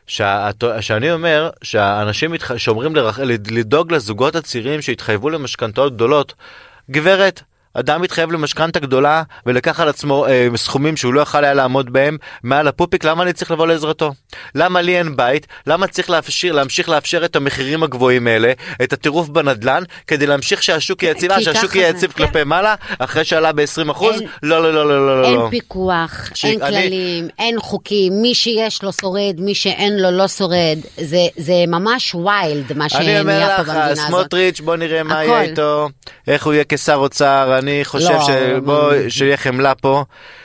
שאני אומר, שהאנשים שאומרים לדאוג לזוגות הצעירים שהתחייבו למשכנתאות גדולות, גברת, אדם מתחייב למשכנתה גדולה ולקח על עצמו אה, סכומים שהוא לא יכול היה לעמוד בהם מעל הפופיק, למה אני צריך לבוא לעזרתו? למה לי אין בית? למה צריך להפשיר, להמשיך לאפשר את המחירים הגבוהים האלה, את הטירוף בנדלן, כדי להמשיך שהשוק יהיה יציב, שהשוק יהיה יציב כלפי מעלה, אחרי שעלה ב-עשרים אחוז? לא, לא, לא, לא, לא. אין פיקוח, אין כללים, אין חוקים, מי שיש לו שורד, מי שאין לו לא שורד, זה ממש ויילד מה שנהיה פה במדינה הזאת. סמוטריץ', בוא נראה מה יהיה איתו, איך הוא יהיה כשר אוצר, אני חושב שבוא, שיהיה חמלה פה,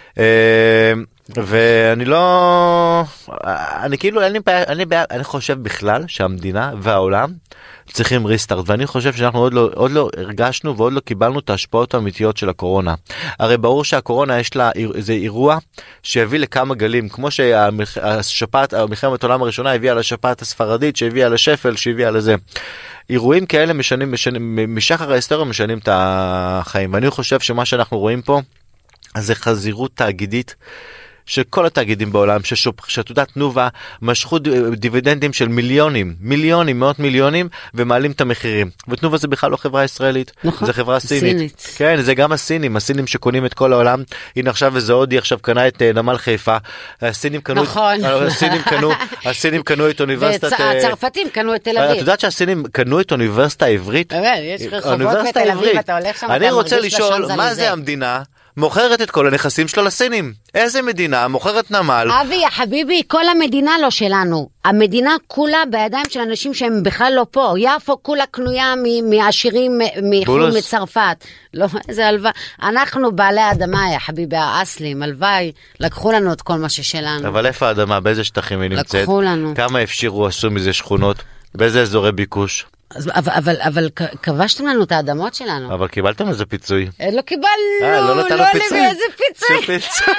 ואני לא, אני כאילו, אני חושב בכלל שהמדינה והעולם צריכים ריסטארט, ואני חושב שאנחנו עוד לא, עוד לא הרגשנו ועוד לא קיבלנו את ההשפעות האמיתיות של הקורונה. הרי ברור שהקורונה יש לה איזה אירוע שהביא לכמה גלים, כמו שהשפעת, מלחמת העולם הראשונה הביאה לשפעת הספרדית, שהביאה לשפל, שהביאה לזה. אירועים כאלה משנים, משנים, משחר ההיסטוריה משנים את החיים, ואני חושב שמה שאנחנו רואים פה, זה חזירות תאגידית, של כל התאגידים בעולם, שתעודת תנובה משכו דיבידנדים של מיליונים, מיליונים, מאות מיליונים, ומעלים את המחירים. ותנובה זה בכלל לא חברה ישראלית, נכון, זה חברה סינית. סינית. כן, זה גם הסינים, הסינים שקונים את כל העולם. הנה עכשיו איזה הודי עכשיו קנה את נמל חיפה. הסינים קנו, נכון. הסינים קנו, הסינים קנו את אוניברסיטת... והצרפתים קנו את תל אביב. את יודעת שהסינים קנו את אוניברסיטה העברית? יש רחובות בתל אביב, אתה הולך שם, אני רוצה לשאול, מה זה המדינה? מוכרת את כל הנכסים שלו לסינים. איזה מדינה מוכרת נמל? אבי, יא חביבי, כל המדינה לא שלנו. המדינה כולה בידיים של אנשים שהם בכלל לא פה. יפו כולה קנויה מעשירים מחול מצרפת. לא, איזה הלוואה. אנחנו בעלי האדמה, יא חביבי, האסלים, הלוואי, לקחו לנו את כל מה ששלנו. אבל איפה האדמה? באיזה שטחים היא נמצאת? לקחו לנו. כמה הפשירו, עשו מזה שכונות? באיזה אזורי ביקוש? אבל, אבל, אבל כבשתם לנו את האדמות שלנו. אבל קיבלתם איזה פיצוי? לא קיבלנו, לא נתנו פיצוי. איזה פיצוי.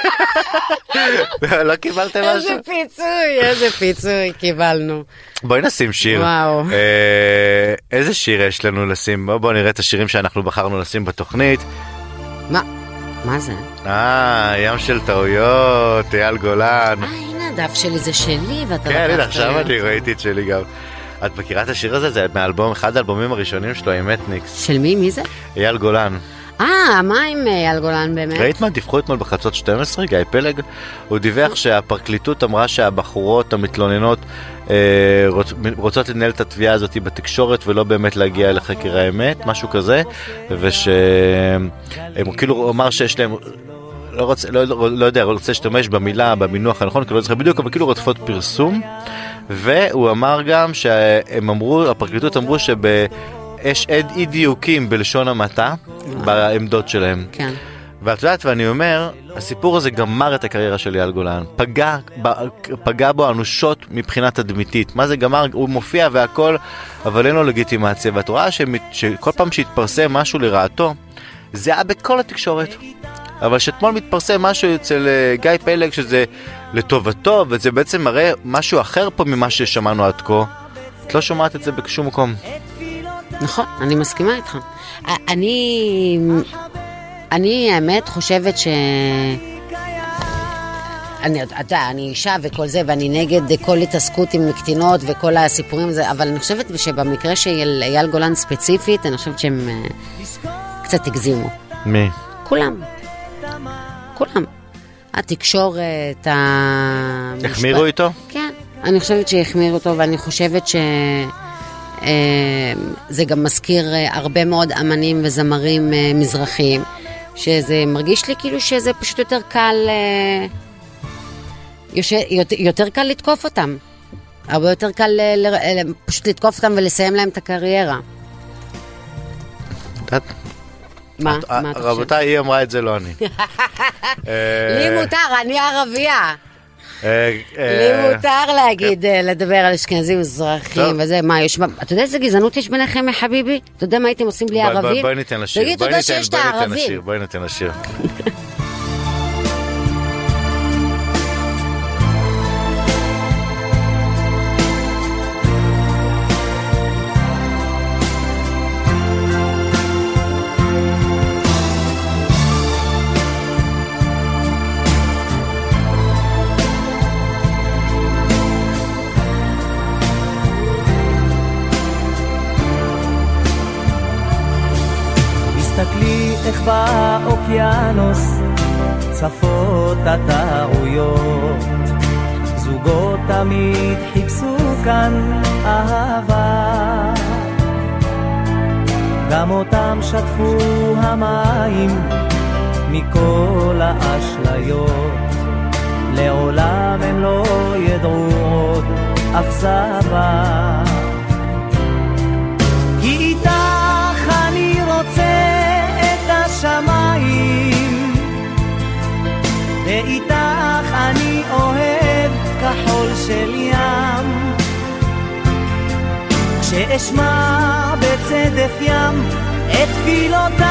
לא קיבלתם משהו? איזה פיצוי, איזה פיצוי קיבלנו. בואי נשים שיר. וואו. איזה שיר יש לנו לשים? בואו נראה את השירים שאנחנו בחרנו לשים בתוכנית. מה? מה זה? אה, ים של טעויות, אייל גולן. אה, הנה הדף שלי זה שלי, ואתה כן, הנה, עכשיו אני ראיתי את שלי גם. את מכירה את השיר הזה? זה מאלבום, אחד האלבומים הראשונים שלו עם אתניקס. של מי? מי זה? אייל גולן. אה, מה עם אייל גולן באמת? ראית מה דיווחו אתמול בחצות שתים עשרה, גיא פלג? הוא דיווח שהפרקליטות אמרה שהבחורות המתלוננות אה, רוצ, רוצות לנהל את התביעה הזאת בתקשורת ולא באמת להגיע לחקר האמת, משהו כזה, ושהם כאילו אמר שיש להם... לא, רוצה, לא, לא, לא יודע, רוצה להשתמש במילה, במינוח הנכון, כי לא צריך בדיוק, אבל כאילו רודפות פרסום, והוא אמר גם שהם אמרו, הפרקליטות אמרו שיש אי דיוקים בלשון המעטה, בעמדות שלהם. כן. ואת יודעת, ואני אומר, הסיפור הזה גמר את הקריירה של אייל גולן, פגע, פגע בו אנושות מבחינת הדמיתית. מה זה גמר? הוא מופיע והכל, אבל אין לו לגיטימציה, ואת רואה שכל פעם שהתפרסם משהו לרעתו, זה היה בכל התקשורת. אבל שאתמול מתפרסם משהו אצל גיא פלג שזה לטובתו, וזה בעצם מראה משהו אחר פה ממה ששמענו עד כה. את לא שומעת את זה בשום מקום. נכון, אני מסכימה איתך. אני, אני האמת חושבת ש... אני, אתה, אני אישה וכל זה, ואני נגד כל התעסקות עם קטינות וכל הסיפורים הזה, אבל אני חושבת שבמקרה של אייל גולן ספציפית, אני חושבת שהם קצת הגזימו. מי? כולם. כולם. התקשורת, המשפט. החמירו איתו? כן, אני חושבת שהחמירו אותו, ואני חושבת ש... זה גם מזכיר הרבה מאוד אמנים וזמרים מזרחיים, שזה מרגיש לי כאילו שזה פשוט יותר קל, יותר קל לתקוף אותם. הרבה יותר קל פשוט לתקוף אותם ולסיים להם את הקריירה. מה? מה אתה חושב? רבותיי, היא אמרה את זה, לא אני. לי מותר, אני ערבייה. לי מותר להגיד, לדבר על אשכנזים מזרחים וזה, מה יש, אתה יודע איזה גזענות יש ביניכם, חביבי? אתה יודע מה הייתם עושים בלי ערבים? בואי ניתן לשיר. תגיד, תודה שיש את הערבים. בואי ניתן לשיר. תסתכלי איך באוקיינוס צפות הטעויות, זוגות תמיד חיפשו כאן אהבה, גם אותם שטפו המים מכל האשליות, לעולם הם לא ידעו עוד אכזבה. כי איתך אני רוצה את השמיים, ואיתך אני אוהב כחול של ים, כשאשמע בצדף ים את תפילותייך,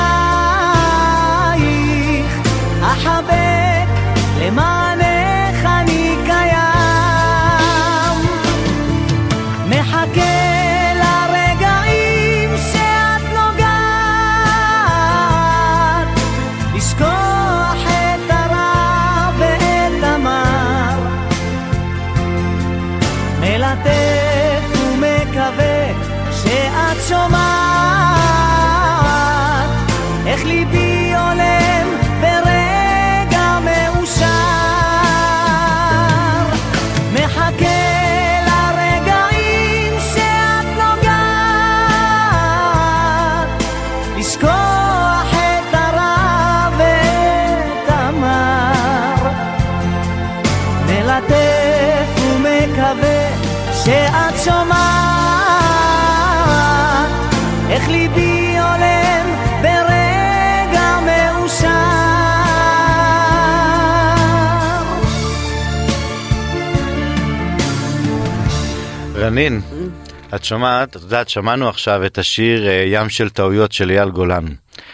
אחבק למענך אני קיים, מחכה לרגעים שאת נוגעת, לשכוח את הרע ואת המר, מלטף ומקווה שאת שומעת איך ליבי עולם ברגע מאושר, מחכה לרגעים שאת נוגעת, לשכוח את הרע ואת המר, מלטף ומקווה שאת שומעת איך ליבי עולם ברגע מאושר. רנין, את שומעת, את יודעת, שמענו עכשיו את השיר ים של טעויות של אייל גולן.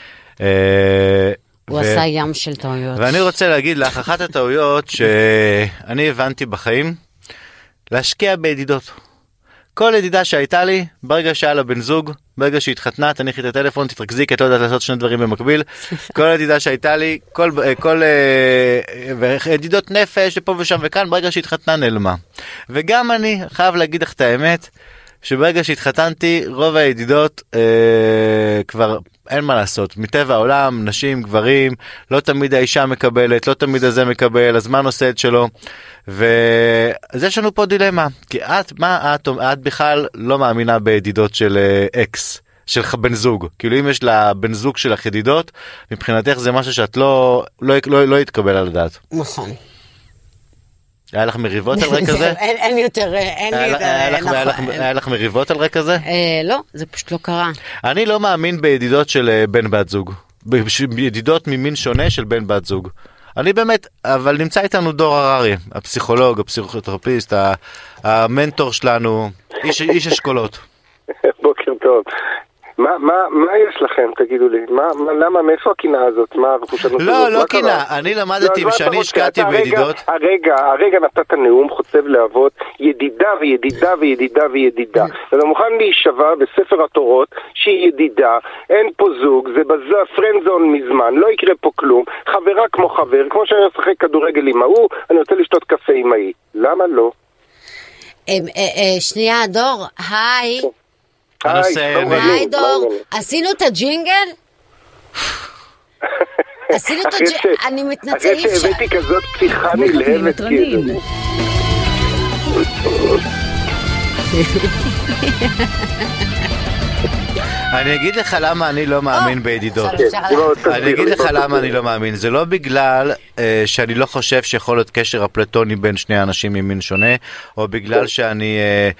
הוא עשה ים של טעויות. ואני רוצה להגיד לך, אחת הטעויות שאני הבנתי בחיים, להשקיע בידידות. כל ידידה שהייתה לי, ברגע שהיה לה בן זוג, ברגע שהתחתנה, תניחי את הטלפון, תתרכזי, כי את לא יודעת לעשות שני דברים במקביל. כל ידידה שהייתה לי, כל, כל ידידות נפש, ופה ושם וכאן, ברגע שהתחתנה נעלמה. וגם אני חייב להגיד לך את האמת, שברגע שהתחתנתי, רוב הידידות אה, כבר אין מה לעשות. מטבע העולם, נשים, גברים, לא תמיד האישה מקבלת, לא תמיד הזה מקבל, הזמן עושה את שלו. ואז יש לנו פה דילמה, כי את, מה, את, את בכלל לא מאמינה בידידות של אקס, של בן זוג. כאילו אם יש לה בן זוג שלך ידידות, מבחינתך זה משהו שאת לא, לא, לא, לא יתקבל על הדעת. נכון. היה לך מריבות על רקע זה? אין יותר, אין לי יותר. היה לך מריבות על רקע זה? לא, זה פשוט לא קרה. אני לא מאמין בידידות של בן בת זוג. בידידות ממין שונה של בן בת זוג. אני באמת, אבל נמצא איתנו דור הררי, הפסיכולוג, הפסיכותרפיסט, המנטור שלנו, איש אשכולות. בוקר טוב. מה, מה, מה יש לכם, תגידו לי? מה, מה, למה, מאיפה הקנאה הזאת? מה, לא, לא קנאה. אני למדתי ושאני השקעתי בידידות. הרגע, הרגע נתת נאום חוצב להבות, ידידה וידידה וידידה וידידה. אתה מוכן להישבע בספר התורות שהיא ידידה, אין פה זוג, זה בזה פרנזון מזמן, לא יקרה פה כלום, חברה כמו חבר, כמו שאני אשחק כדורגל עם ההוא, אני רוצה לשתות קפה עם ההיא. למה לא? שנייה, דור, היי. היי דור, עשינו את הג'ינגל? עשינו את הג'ינגל, אני מתנצל. אחרי שהבאתי כזאת פתיחה נלהבת כאילו. אני אגיד לך למה אני לא מאמין בידידות. אני אגיד לך למה אני לא מאמין. זה לא בגלל שאני לא חושב שיכול להיות קשר אפלטוני בין שני אנשים ממין שונה, או בגלל שאני,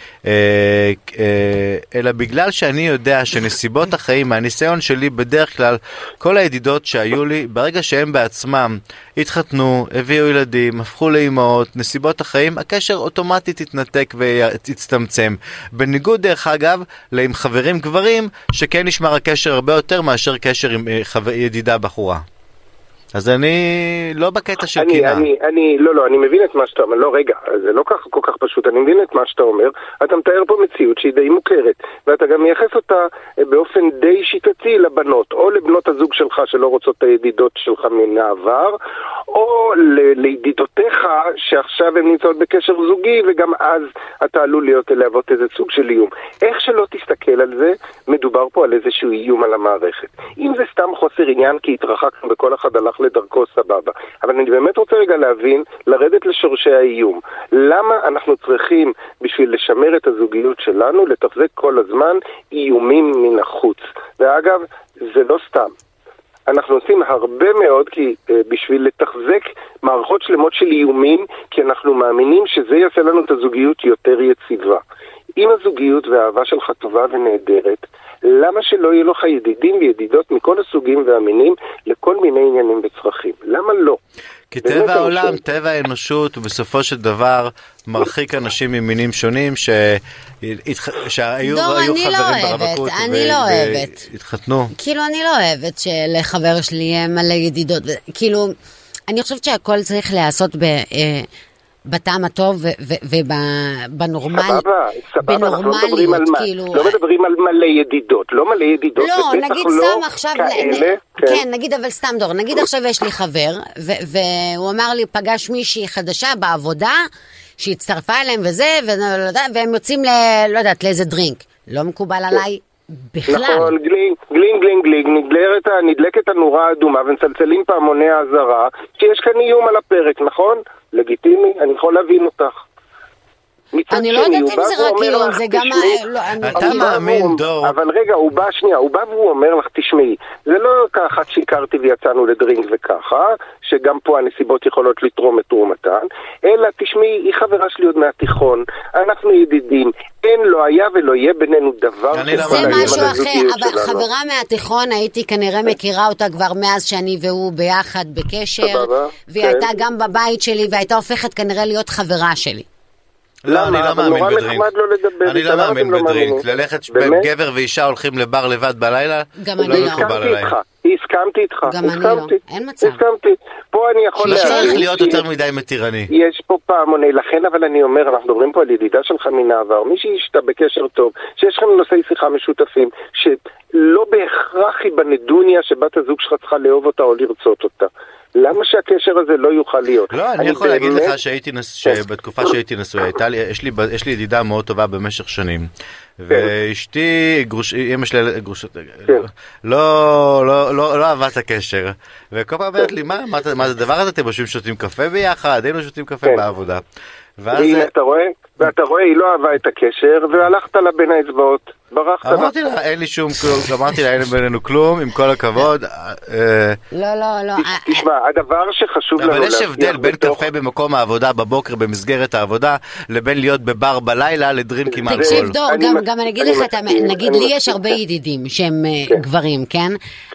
אלא בגלל שאני יודע שנסיבות החיים, מהניסיון שלי בדרך כלל, כל הידידות שהיו לי, ברגע שהם בעצמם התחתנו, הביאו ילדים, הפכו לאימהות, נסיבות החיים, הקשר אוטומטית יתנתק ויצטמצם. בניגוד דרך אגב, עם חברים גברים, שכן נשמר הקשר הרבה יותר מאשר קשר עם ידידה בחורה. אז אני לא בקטע של אני, קינה. אני, אני, לא, לא, אני מבין את מה שאתה אומר, לא, רגע, זה לא כך, כל כך פשוט, אני מבין את מה שאתה אומר, אתה מתאר פה מציאות שהיא די מוכרת, ואתה גם מייחס אותה באופן די שיטתי לבנות, או לבנות הזוג שלך שלא רוצות את הידידות שלך מן העבר, או ל- לידידותיך שעכשיו הן נמצאות בקשר זוגי, וגם אז אתה עלול להיות להוות איזה סוג של איום. איך שלא תסתכל על זה, מדובר פה על איזשהו איום על המערכת. אם זה סתם חוסר עניין כי התרחקנו בכל אחד הלך לדרכו סבבה. אבל אני באמת רוצה רגע להבין, לרדת לשורשי האיום. למה אנחנו צריכים בשביל לשמר את הזוגיות שלנו, לתחזק כל הזמן איומים מן החוץ. ואגב, זה לא סתם. אנחנו עושים הרבה מאוד כי, uh, בשביל לתחזק מערכות שלמות של איומים, כי אנחנו מאמינים שזה יעשה לנו את הזוגיות יותר יציבה. אם הזוגיות והאהבה שלך טובה ונהדרת, למה שלא יהיו לך ידידים וידידות מכל הסוגים והמינים לכל מיני עניינים וצרכים? למה לא? כי טבע העולם, טבע האנושות, בסופו של דבר מרחיק אנשים ממינים שונים שהיו חברים ברווקות והתחתנו. כאילו אני לא אוהבת שלחבר שלי יהיה מלא ידידות, כאילו אני חושבת שהכל צריך להיעשות ב... בטעם הטוב ובנורמל, סבבה, סבבה, אנחנו לא מדברים על מה, לא מדברים על מלא ידידות, לא מלא ידידות, לא, נגיד סתם עכשיו, כן, נגיד אבל סתם דור, נגיד עכשיו יש לי חבר, והוא אמר לי, פגש מישהי חדשה בעבודה, שהצטרפה אליהם וזה, והם יוצאים, לא יודעת, לאיזה דרינק, לא מקובל עליי בכלל. נכון, גלינג, גלינג, גלינג, גלינג, נדלקת הנורה האדומה, ומצלצלים פעמוני האזהרה, שיש כאן איום על הפרק, נכון? לגיטימי, אני יכול להבין אותך. אני לא יודעת אם זה רק איום, זה גם... אתה מאמין, דור. אבל רגע, הוא בא שנייה, הוא בא והוא אומר לך, תשמעי, זה לא ככה שיקרתי ויצאנו לדרינק וככה, שגם פה הנסיבות יכולות לתרום את תרומתן, אלא תשמעי, היא חברה שלי עוד מהתיכון, אנחנו ידידים, אין, לא היה ולא יהיה בינינו דבר... זה משהו אחר, אבל חברה מהתיכון, הייתי כנראה מכירה אותה כבר מאז שאני והוא ביחד בקשר, והיא הייתה גם בבית שלי, והייתה הופכת כנראה להיות חברה שלי. לא, אני לא מאמין בדרינק. אני לא מאמין בדרינק. ללכת בין גבר ואישה הולכים לבר לבד בלילה, גם אני לא. הסכמתי איתך. גם אני לא. אין מצב. הסכמתי. פה אני יכול להגיד... צריך להיות יותר מדי מתירני. יש פה פעמוני, לכן אבל אני אומר, אנחנו מדברים פה על ידידה שלך מן העבר, מישהי שאתה בקשר טוב, שיש לכם נושאי שיחה משותפים, שלא בהכרח היא בנדוניה שבת הזוג שלך צריכה לאהוב אותה או לרצות אותה. למה שהקשר הזה לא יוכל להיות? לא, אני יכול להגיד לך שבתקופה שהייתי נשוי, יש לי ידידה מאוד טובה במשך שנים, ואשתי, אמא שלי גרושת, לא אהבה את הקשר, וכל פעם אומרת לי, מה זה הדבר הזה? אתם יושבים שותים קפה ביחד, היינו שותים קפה בעבודה. והנה, אתה רואה? ואתה רואה, היא לא אהבה את הקשר, והלכת לה בין האצבעות. אמרתי לה, אין לי שום כלום, אמרתי לה, אין בינינו כלום, עם כל הכבוד. לא, לא, לא. תשמע, הדבר שחשוב לנו... אבל יש הבדל בין קפה במקום העבודה בבוקר, במסגרת העבודה, לבין להיות בבר בלילה, לדרינקים אלכוהול. תקשיב דור, גם אני אגיד לך, נגיד לי יש הרבה ידידים שהם גברים, כן?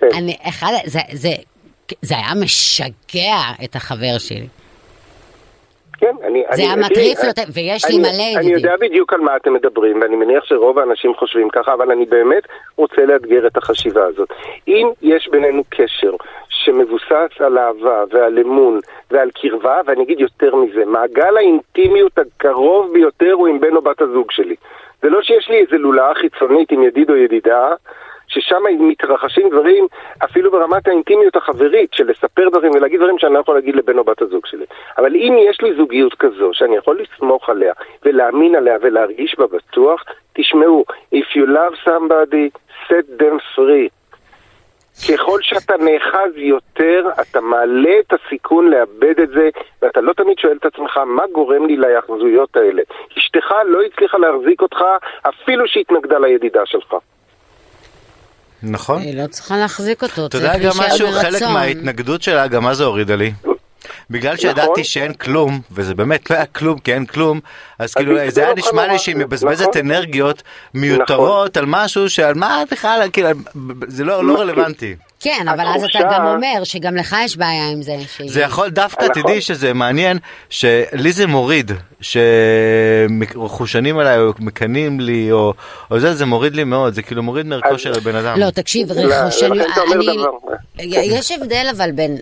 זה היה משגע את החבר שלי. כן, אני, זה אני, המטריף אני, יותר, ויש אני, לי מלא אני, ידידים. אני יודע בדיוק על מה אתם מדברים, ואני מניח שרוב האנשים חושבים ככה, אבל אני באמת רוצה לאתגר את החשיבה הזאת. אם יש בינינו קשר שמבוסס על אהבה ועל אמון ועל קרבה, ואני אגיד יותר מזה, מעגל האינטימיות הקרוב ביותר הוא עם בן או בת הזוג שלי. זה לא שיש לי איזה לולאה חיצונית עם ידיד או ידידה, ששם מתרחשים דברים אפילו ברמת האינטימיות החברית של לספר דברים ולהגיד דברים שאני לא יכול להגיד לבן או בת הזוג שלי. אבל אם יש לי זוגיות כזו שאני יכול לסמוך עליה ולהאמין עליה ולהרגיש בה בטוח, תשמעו, if you love somebody, set them free. ככל שאתה נאחז יותר, אתה מעלה את הסיכון לאבד את זה, ואתה לא תמיד שואל את עצמך, מה גורם לי להחזויות האלה? אשתך לא הצליחה להחזיק אותך אפילו שהתנגדה לידידה שלך. נכון. היא לא צריכה להחזיק אותו. אתה יודע גם משהו, חלק מההתנגדות שלה, גם מה זה הורידה לי? בגלל שידעתי שאין כלום, וזה באמת לא היה כלום, כי אין כלום, אז כאילו זה היה נשמע לי שהיא מבזבזת אנרגיות מיותרות על משהו שעל מה בכלל, כאילו זה לא רלוונטי. כן, אבל אז אתה גם אומר שגם לך יש בעיה עם זה. זה יכול דווקא, תדעי שזה מעניין, שלי זה מוריד, שחושנים עליי או מקנים לי, או זה, זה מוריד לי מאוד, זה כאילו מוריד מהכושר לבן אדם. לא, תקשיב, חושנים, יש הבדל אבל בין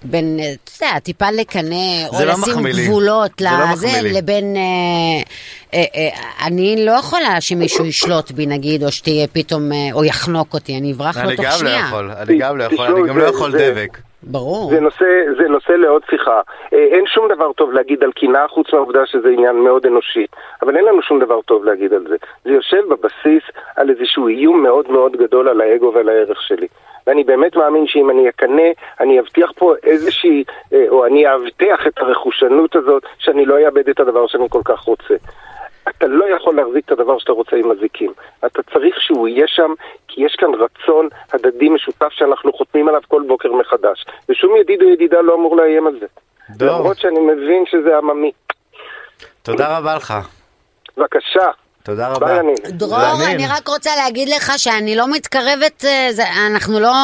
בין, אתה יודע, טיפה לקנה, או לא לשים מחמיא לי. גבולות זה לא לזה, מחמיא לי. לבין, אה, אה, אה, אני לא יכולה שמישהו ישלוט בי נגיד, או שתהיה פתאום, אה, או יחנוק אותי, אני אברח לו אני תוך גם לא שנייה. יכול, אני גם לא יכול, תשמעו, אני גם לא זה- יכול זה- דבק. ברור. זה נושא, זה נושא לעוד שיחה. אה, אין שום דבר טוב להגיד על קנאה חוץ מהעובדה שזה עניין מאוד אנושי. אבל אין לנו שום דבר טוב להגיד על זה. זה יושב בבסיס על איזשהו איום מאוד מאוד גדול על האגו ועל הערך שלי. ואני באמת מאמין שאם אני אקנה, אני אבטיח פה איזושהי, אה, או אני אבטיח את הרכושנות הזאת, שאני לא אאבד את הדבר שאני כל כך רוצה. אתה לא יכול להחזיק את הדבר שאתה רוצה עם מזיקים. אתה צריך שהוא יהיה שם, כי יש כאן רצון הדדי משותף שאנחנו חותמים עליו כל בוקר מחדש. ושום ידיד או ידידה לא אמור לאיים על זה. דור. למרות שאני מבין שזה עממי. תודה רבה לך. בבקשה. תודה רבה. ביי, אני. דרור, אני רק רוצה להגיד לך שאני לא מתקרבת, אה, זה, אנחנו לא...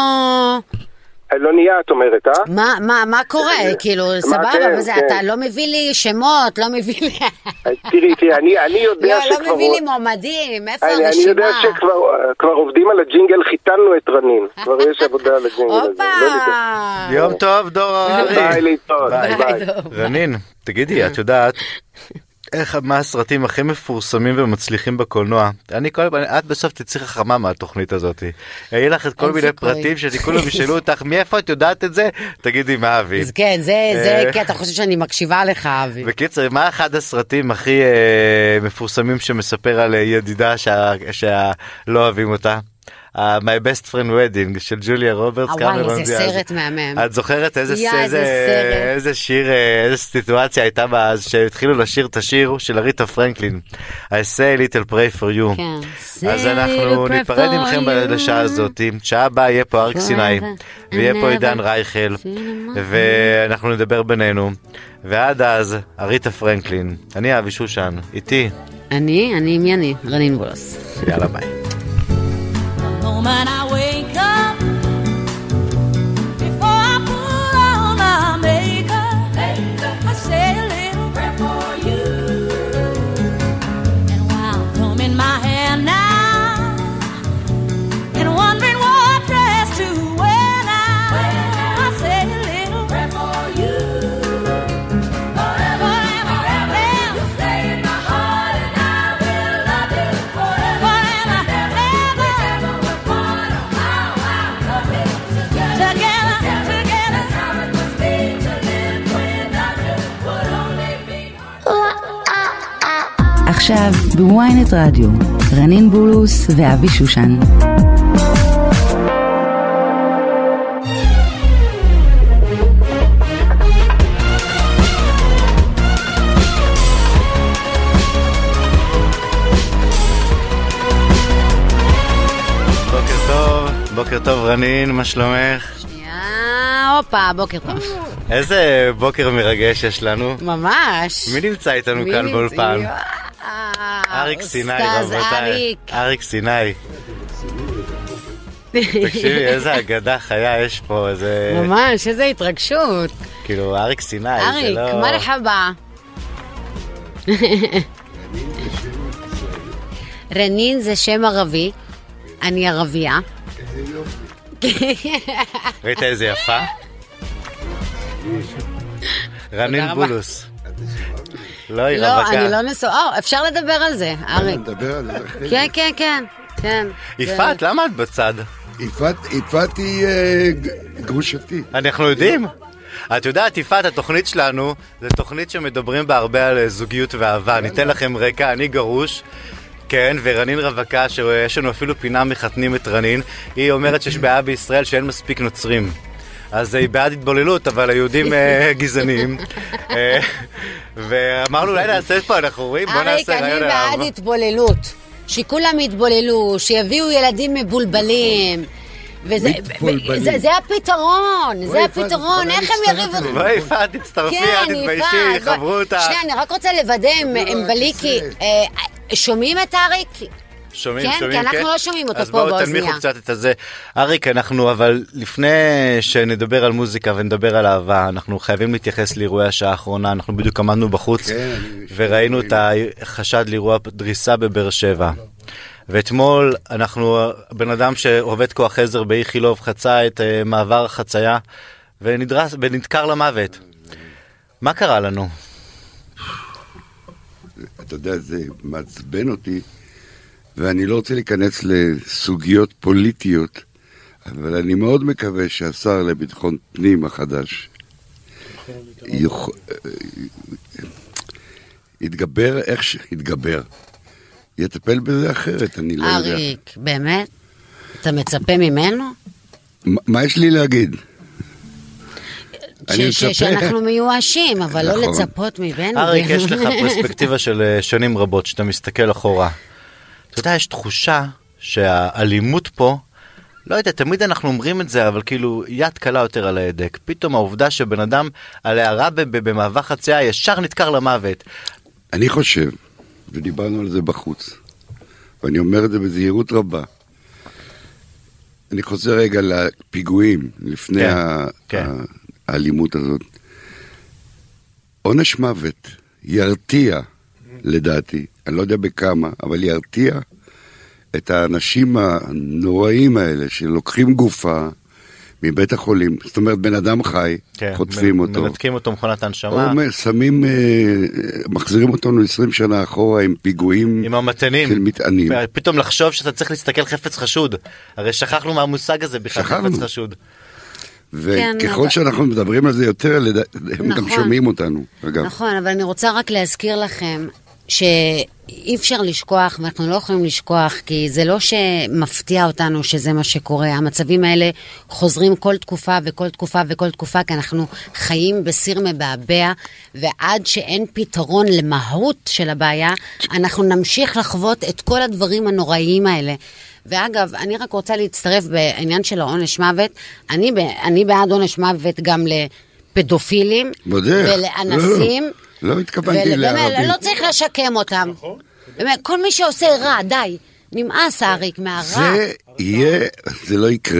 לא נהיה, את אומרת, אה? מה, מה, מה קורה? כאילו, סבבה, כן, וזה, כן. אתה לא מביא לי שמות, לא מביא לי... תראי, תראי, אני, אני יודע לא, שכבר... לא מביא לי מועמדים, איפה אני, הרשימה? אני יודע שכבר כבר עובדים על הג'ינגל, חיתנו את רנין. כבר יש עבודה על הג'ינגל הזה. לא יודע. יום טוב, דור הררי. ביי, להתראות. ביי. ביי. רנין, תגידי, את יודעת איך, מה הסרטים הכי מפורסמים ומצליחים בקולנוע? אני כל פעם, את בסוף תצאי חכמה מהתוכנית הזאת. יהיה לך את כל מיני פרטים שכולם ישאלו אותך, מאיפה את יודעת את זה? תגידי מה אבי. אז כן, זה, זה, כי אתה חושב שאני מקשיבה לך, אבי. בקיצר, מה אחד הסרטים הכי אה, מפורסמים שמספר על אה, ידידה שה- שלא אוהבים אותה? Uh, My Best Friend Wedding של ג'וליה רוברטס. וואי, איזה סרט מהמם. את זוכרת איזה, יא, איזה, איזה סרט. איזה שיר, איזה סיטואציה הייתה בה אז שהתחילו לשיר את השיר של אריתה פרנקלין, I say little pray for you. כן. אז אנחנו ניפרד מכם לשעה הזאת. שעה הבאה יהיה פה אריק סיני ויהיה פה עידן רייכל ואנחנו נדבר בינינו, ועד אז אריתה פרנקלין. אני אבי שושן, איתי אני, אני עם יני, רנין בולוס. יאללה ביי. Moment I wake up, before I put on my makeup, I say a little prayer for you. And while combing my hair now, and wondering what dress to wear now, I say a little prayer for you. Forever, forever, you'll stay in my heart, and I will love you forever. עכשיו בוויינט רדיו, רנין בולוס ואבי שושן. בוקר טוב, בוקר טוב רנין, מה שלומך? שנייה, הופה, בוקר טוב. איזה בוקר מרגש יש לנו. ממש. מי נמצא איתנו מי כאן נמצא? באולפן? אה, אריק סיני, אוסטאז רבותיי. אריק. אריק סיני. תקשיבי, איזה אגדה חיה יש פה, איזה... ממש, איזה התרגשות. כאילו, אריק סיני, זה אריק, לא... מרחבה. רנין זה שם ערבי, אני ערבייה. ראית איזה יפה? רנין רבה. בולוס. לא, היא לא, רווקה. אני לא נשואה. אפשר לדבר על זה, אריק. נדבר על זה. כן, כן, כן. כן. יפעת, למה את בצד? יפעת היא אה, גרושתי. אנחנו יודעים. את יודעת, יפעת, התוכנית שלנו זה תוכנית שמדברים בה הרבה על זוגיות ואהבה. ניתן לכם רקע, אני גרוש. כן, ורנין רווקה, שיש לנו אפילו פינה מחתנים את רנין. היא אומרת שיש בעיה בישראל שאין מספיק נוצרים. אז היא בעד התבוללות, אבל היהודים גזעניים. ואמרנו, אולי נעשה פה, אנחנו רואים, בוא אריק, נעשה אני רעיון בעד אהבה. התבוללות. שכולם יתבוללו, שיביאו ילדים מבולבלים. וזה מתבולבלים. זה- זה הפתרון, זה הפתרון, איך הם יריבו? בואי יפעת, תצטרפי, אל תתביישי, חברו אותך. שנייה, אני רק רוצה לוודא עם בליקי, שומעים את אריק? שומעים, כן, שומעים, כי אנחנו לא שומעים אותו אז פה בואו באוזניה. תנמיכו קצת את הזה. אריק, אנחנו, אבל לפני שנדבר על מוזיקה ונדבר על אהבה, אנחנו חייבים להתייחס לאירועי השעה האחרונה. אנחנו בדיוק עמדנו בחוץ וראינו את החשד לאירוע דריסה בבאר שבע. ואתמול אנחנו, בן אדם שעובד כוח עזר באיכילוב חצה את uh, מעבר החצייה, ונדרס, ונדקר למוות. מה קרה לנו? אתה יודע, זה מעצבן אותי, ואני לא רוצה להיכנס לסוגיות פוליטיות, אבל אני מאוד מקווה שהשר לביטחון פנים החדש יוכ... יתגבר, איך שיתגבר, יטפל בזה אחרת, אני לא יודע. אריק, באמת? אתה מצפה ממנו? מה יש לי להגיד? שאנחנו מיואשים, אבל לא לצפות מבנו. אריק, יש לך פרספקטיבה של שנים רבות, שאתה מסתכל אחורה. אתה יודע, יש תחושה שהאלימות פה, לא יודע, תמיד אנחנו אומרים את זה, אבל כאילו יד קלה יותר על ההדק. פתאום העובדה שבן אדם על הערה במעבר חצייה ישר נתקר למוות. אני חושב, ודיברנו על זה בחוץ, ואני אומר את זה בזהירות רבה, אני חוזר רגע לפיגועים לפני כן, ה... כן. האלימות הזאת. עונש מוות ירתיע, לדעתי, אני לא יודע בכמה, אבל ירתיע את האנשים הנוראים האלה שלוקחים גופה מבית החולים, זאת אומרת בן אדם חי, כן, חוטפים אותו. מנתקים אותו מכונת הנשמה. או שמים, מחזירים אותנו עשרים שנה אחורה עם פיגועים עם המתנים. של מטענים. פתאום לחשוב שאתה צריך להסתכל חפץ חשוד. הרי שכחנו מהמושג הזה בכלל חפץ חשוד. וככל שאנחנו מדברים על זה יותר, הם גם שומעים אותנו. נכון, אבל אני רוצה רק להזכיר לכם שאי אפשר לשכוח, ואנחנו לא יכולים לשכוח, כי זה לא שמפתיע אותנו שזה מה שקורה. המצבים האלה חוזרים כל תקופה וכל תקופה וכל תקופה, כי אנחנו חיים בסיר מבעבע, ועד שאין פתרון למהות של הבעיה, אנחנו נמשיך לחוות את כל הדברים הנוראיים האלה. ואגב, אני רק רוצה להצטרף בעניין של העונש מוות. אני, אני בעד עונש מוות גם לפדופילים, ולאנסים. לא, לא התכוונתי לערבים. לא צריך לשקם אותם. באמת, כל מי שעושה רע, די. נמאס אריק מהרע. זה יהיה, זה לא יקרה.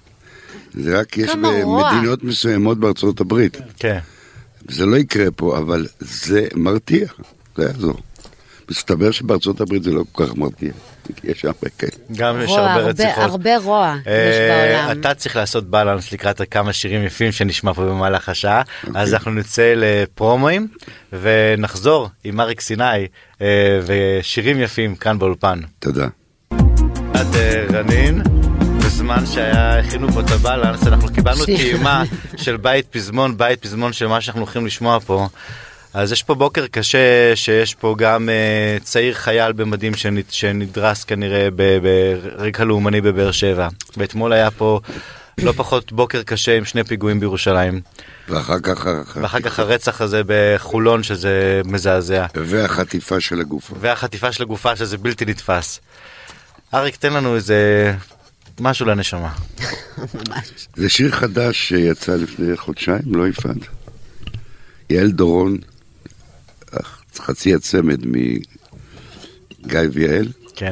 זה רק יש במדינות מסוימות בארצות הברית. כן. זה לא יקרה פה, אבל זה מרתיע. זה יעזור. מסתבר שבארצות הברית זה לא כל כך מרתיע. יש הרבה כאלה. גם יש הרבה רציחות. הרבה רוע יש בעולם. אתה צריך לעשות בלנס לקראת כמה שירים יפים שנשמע פה במהלך השעה. אז אנחנו נצא לפרומואים ונחזור עם אריק סיני ושירים יפים כאן באולפן. תודה. עד רנין, בזמן שהיה, הכינו פה את הבלנס, אנחנו קיבלנו טעימה של בית פזמון, בית פזמון של מה שאנחנו הולכים לשמוע פה. אז יש פה בוקר קשה, שיש פה גם uh, צעיר חייל במדים שנד, שנדרס כנראה ברקע לאומני בבאר שבע. ואתמול היה פה לא פחות בוקר קשה עם שני פיגועים בירושלים. ואחר כך... ואחר כך הרצח הזה בחולון שזה מזעזע. והחטיפה של הגופה. והחטיפה של הגופה שזה בלתי נתפס. אריק, תן לנו איזה משהו לנשמה. זה שיר חדש שיצא לפני חודשיים, לא יפעד. יעל דורון, חצי הצמד מגיא ויעל. כן.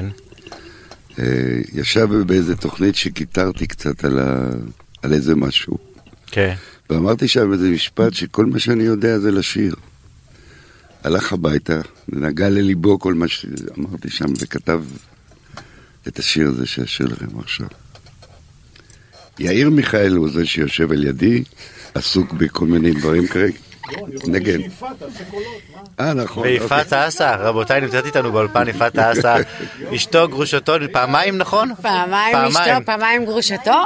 ישב באיזה תוכנית שכיתרתי קצת על, ה... על איזה משהו. כן. ואמרתי שם איזה משפט שכל מה שאני יודע זה לשיר. הלך הביתה, ונגע לליבו כל מה שאמרתי שם, וכתב את השיר הזה שאשיר לכם עכשיו. יאיר מיכאל הוא זה שיושב על ידי, עסוק בכל מיני דברים כרגע. נגן. אה, נכון. ויפת האסה, רבותיי, נמצאת איתנו באולפן יפת האסה, אשתו, גרושתו, פעמיים, נכון? פעמיים אשתו, פעמיים גרושתו.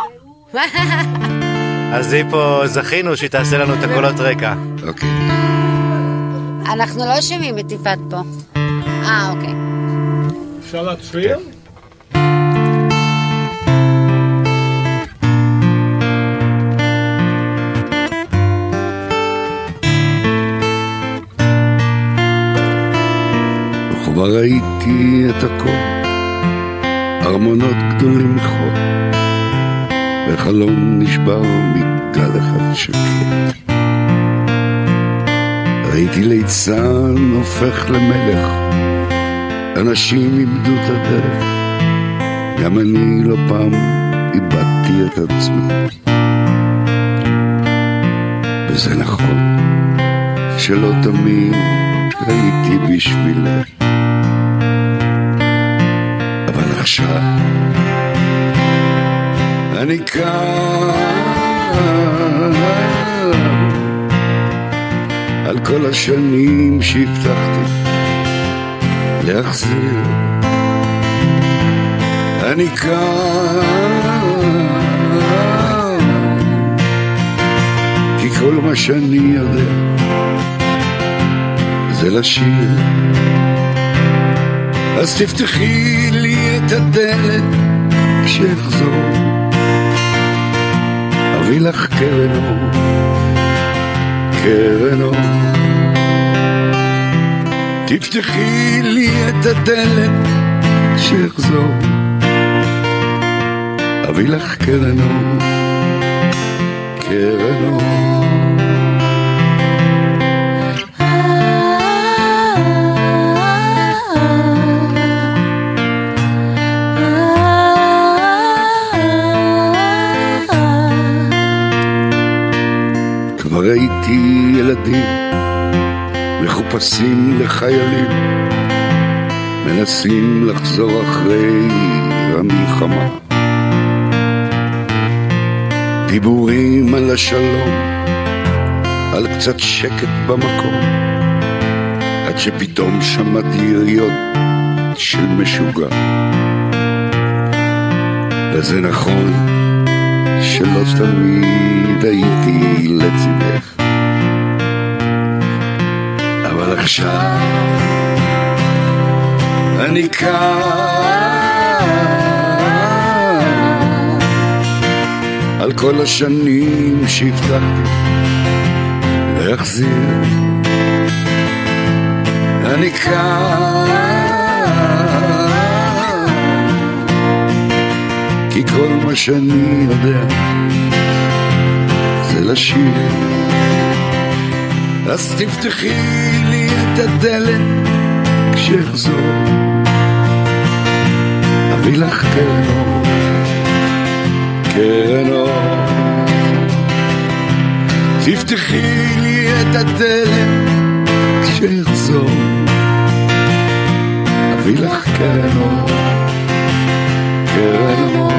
אז היא פה, זכינו שהיא תעשה לנו את הקולות רקע. אוקיי. אנחנו לא שומעים את יפת פה. אה, אוקיי. אפשר להצליח? כבר ראיתי את הכל, ארמונות גדולים מחול, וחלום נשבר מגל אחד שקט. ראיתי ליצן הופך למלך, אנשים איבדו את הדרך, גם אני לא פעם איבדתי את עצמי. וזה נכון שלא תמיד הייתי בשבילך, אבל עכשיו אני כאן על כל השנים שהבטחתי להחזיר. אני כאן כי כל מה שאני יודע זה לשיר. אז תפתחי לי את הדלת כשאחזור, אביא לך קרן אור, קרן אור. תפתחי לי את הדלת כשאחזור, אביא לך קרן אור, קרן אור. כבר ראיתי ילדים מחופשים לחיילים, מנסים לחזור אחרי המלחמה, דיבורים על השלום, על קצת שקט במקום, עד שפתאום שמעתי יריות של משוגע. וזה נכון שלא תמיד הייתי לצידך, אבל עכשיו אני כאן על כל השנים שהבטחתי להחזיר. אני כאן כי כל מה שאני יודע זה לשיר. אז תפתחי לי את הדלת כשאחזור, אביא לך קרן אור, קרן אור. תפתחי לי את הדלת כשאחזור, אביא לך קרן אור, קרן אור.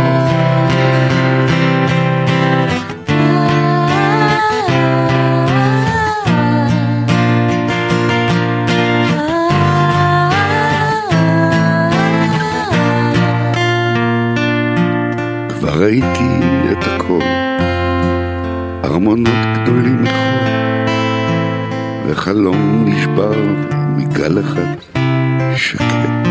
ראיתי את הכל, ארמונות גדולים מחול, וחלום נשבר מגל אחד שקט.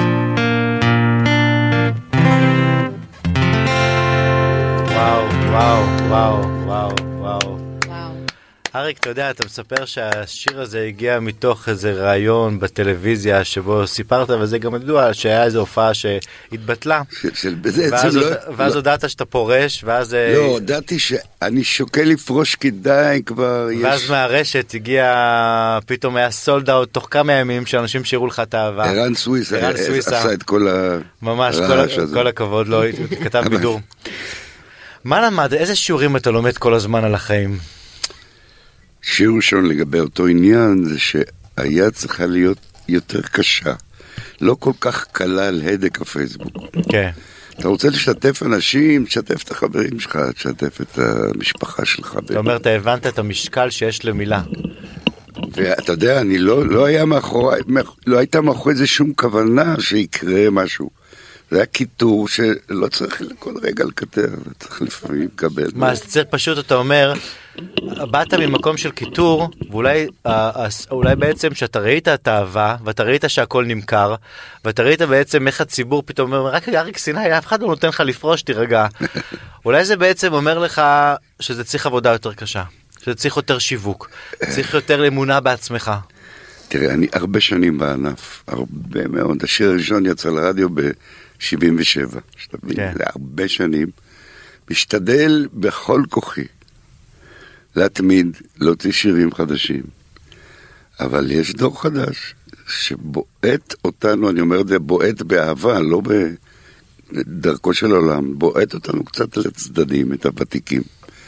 וואו, וואו, וואו, וואו, וואו. אריק, אתה יודע, אתה מספר שהשיר הזה הגיע מתוך איזה רעיון בטלוויזיה שבו סיפרת, וזה גם ידוע שהיה איזו הופעה שהתבטלה. ואז הודעת שאתה פורש, ואז... לא, הודעתי שאני שוקל לפרוש כדאי כבר. ואז מהרשת הגיע, פתאום היה סולד אאוט תוך כמה ימים שאנשים שירו לך את האהבה. ערן סוויסה עשה את כל הרעש הזה. ממש, כל הכבוד לו, כתב בידור. מה למד? איזה שיעורים אתה לומד כל הזמן על החיים? שיר ראשון לגבי אותו עניין זה שהיד צריכה להיות יותר קשה, לא כל כך קלה על הדק הפייסבוק. כן. אתה רוצה לשתף אנשים, תשתף את החברים שלך, תשתף את המשפחה שלך. אתה אומר, אתה הבנת את המשקל שיש למילה. ואתה יודע, אני לא, לא היה מאחורי, לא הייתה מאחורי זה שום כוונה שיקרה משהו. זה היה כיתור שלא צריך לכל רגע לקטר, צריך לפעמים לקבל. מה, אז צריך פשוט, אתה אומר, באת ממקום של כיתור, ואולי אולי בעצם שאתה ראית את האהבה, ואתה ראית שהכל נמכר, ואתה ראית בעצם איך הציבור פתאום אומר, רק אריק סיני, אף אחד לא נותן לך לפרוש, תירגע. אולי זה בעצם אומר לך שזה צריך עבודה יותר קשה, שזה צריך יותר שיווק, צריך יותר אמונה בעצמך. תראה, אני הרבה שנים בענף, הרבה מאוד. השיר הראשון יצא לרדיו ב-שבעים ושבע, שתבין, זה הרבה שנים. משתדל בכל כוחי להתמיד, להוציא שירים חדשים. אבל יש דור חדש שבועט אותנו, אני אומר את זה, בועט באהבה, לא בדרכו של עולם, בועט אותנו קצת לצדדים, את הוותיקים.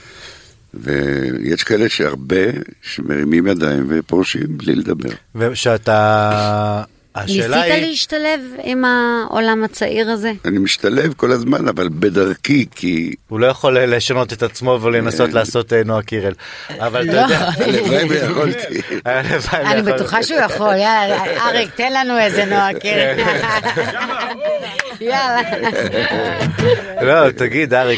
ויש כאלה שהרבה שמרימים ידיים ופורשים בלי לדבר. ושאתה ניסית להשתלב עם העולם הצעיר הזה? אני משתלב כל הזמן, אבל בדרכי, כי... הוא לא יכול לשנות את עצמו ולנסות לעשות נועה קירל. אבל אתה יודע... הלוואי ויכולתי. אני בטוחה שהוא יכול. יאללה, אריק, תן לנו איזה נועה קירל. יאללה. לא, תגיד, אריק,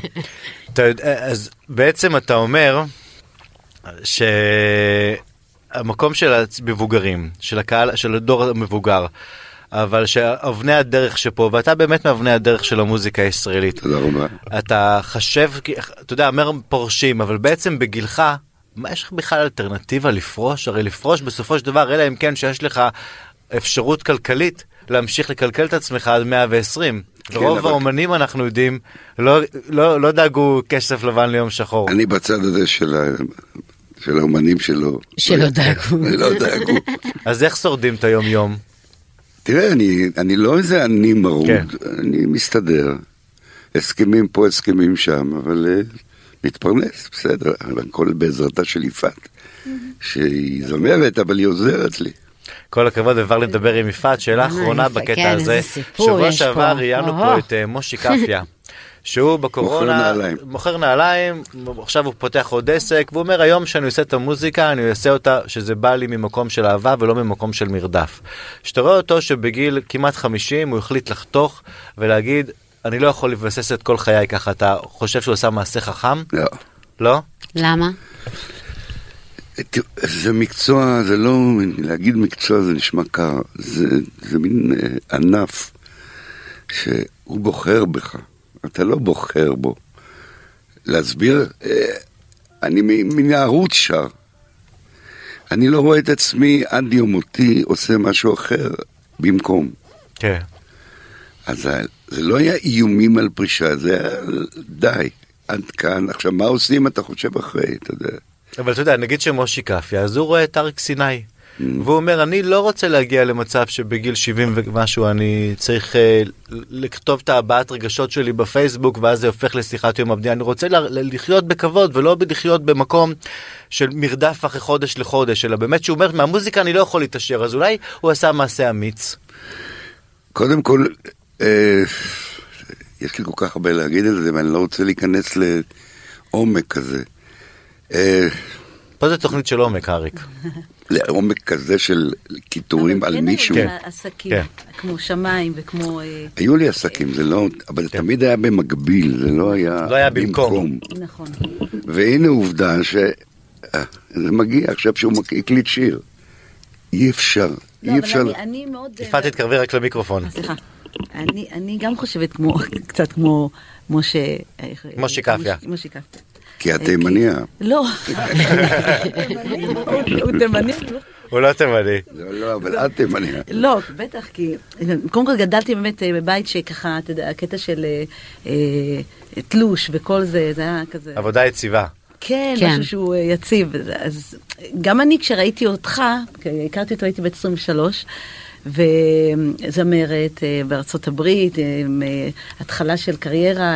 אז בעצם אתה אומר ש... המקום של המבוגרים, של הקהל, של הדור המבוגר, אבל שאבני הדרך שפה, ואתה באמת מאבני הדרך של המוזיקה הישראלית. תודה רבה. אתה חשב, אתה יודע, אומר פורשים, אבל בעצם בגילך, מה יש לך בכלל אלטרנטיבה לפרוש? הרי לפרוש בסופו של דבר, אלא אם כן שיש לך אפשרות כלכלית להמשיך לקלקל את עצמך עד מאה ועשרים. כן, ורוב אבל... האומנים אנחנו יודעים, לא, לא, לא דאגו כסף לבן ליום שחור. אני בצד הזה של ה... של האומנים שלו. שלא דאגו. לא דאגו. אז איך שורדים את היום יום? תראה, אני, אני לא איזה אני מרוד, כן. אני מסתדר. הסכמים פה, הסכמים שם, אבל uh, מתפרנס, בסדר. הכל בעזרתה של יפעת, שהיא זמרת, אבל היא עוזרת לי. כל הכבוד, עבר לדבר עם יפעת, שאלה אחרונה בקטע הזה. שבוע שעבר ראיינו פה את מושי קפיה. שהוא בקורונה מוכר נעליים, עכשיו הוא פותח עוד עסק, והוא אומר היום שאני עושה את המוזיקה, אני אעשה אותה שזה בא לי ממקום של אהבה ולא ממקום של מרדף. שאתה רואה אותו שבגיל כמעט חמישים הוא החליט לחתוך ולהגיד, אני לא יכול לבסס את כל חיי ככה, אתה חושב שהוא עושה מעשה חכם? לא. לא? למה? זה מקצוע, זה לא, להגיד מקצוע זה נשמע קר, זה, זה מין ענף שהוא בוחר בך. אתה לא בוחר בו. להסביר, אני מן הערוץ שר. אני לא רואה את עצמי עד יום מותי עושה משהו אחר במקום. כן. אז זה לא היה איומים על פרישה, זה היה די, עד כאן. עכשיו, מה עושים אתה חושב אחרי, אתה יודע. אבל אתה יודע, נגיד שמושי קפיה, אז הוא רואה את אריק סיני. והוא אומר, אני לא רוצה להגיע למצב שבגיל שבעים ומשהו אני צריך uh, לכתוב את הבעת רגשות שלי בפייסבוק, ואז זה הופך לשיחת יום הבנייה. אני רוצה לחיות בכבוד, ולא לחיות במקום של מרדף אחרי חודש לחודש, אלא באמת שהוא אומר, מהמוזיקה אני לא יכול להתאשר, אז אולי הוא עשה מעשה אמיץ. קודם כל, אה, יש לי כל כך הרבה להגיד על זה, ואני לא רוצה להיכנס לעומק כזה. אה, פה זה תוכנית של עומק, אריק. לעומק כזה של קיטורים על מישהו. אבל כן היו עסקים, כמו שמיים וכמו... היו לי עסקים, זה לא... אבל זה תמיד היה במקביל, זה לא היה... לא היה במקום. נכון. והנה עובדה ש... זה מגיע עכשיו שהוא הקליט שיר. אי אפשר, אי אפשר... לא, אבל אני מאוד... יפעת, תתקרבי רק למיקרופון. סליחה. אני גם חושבת כמו... קצת כמו... משה... מושי קפיה. מושי קפיה. כי את תימניה. לא. הוא תימני. הוא לא תימני. לא, לא, אבל את תימניה. לא, בטח, כי... קודם כל גדלתי באמת בבית שככה, אתה יודע, הקטע של תלוש וכל זה, זה היה כזה... עבודה יציבה. כן, משהו שהוא יציב. אז גם אני, כשראיתי אותך, הכרתי אותו, הייתי בת עשרים ושלוש, וזמרת בארצות הברית, התחלה של קריירה...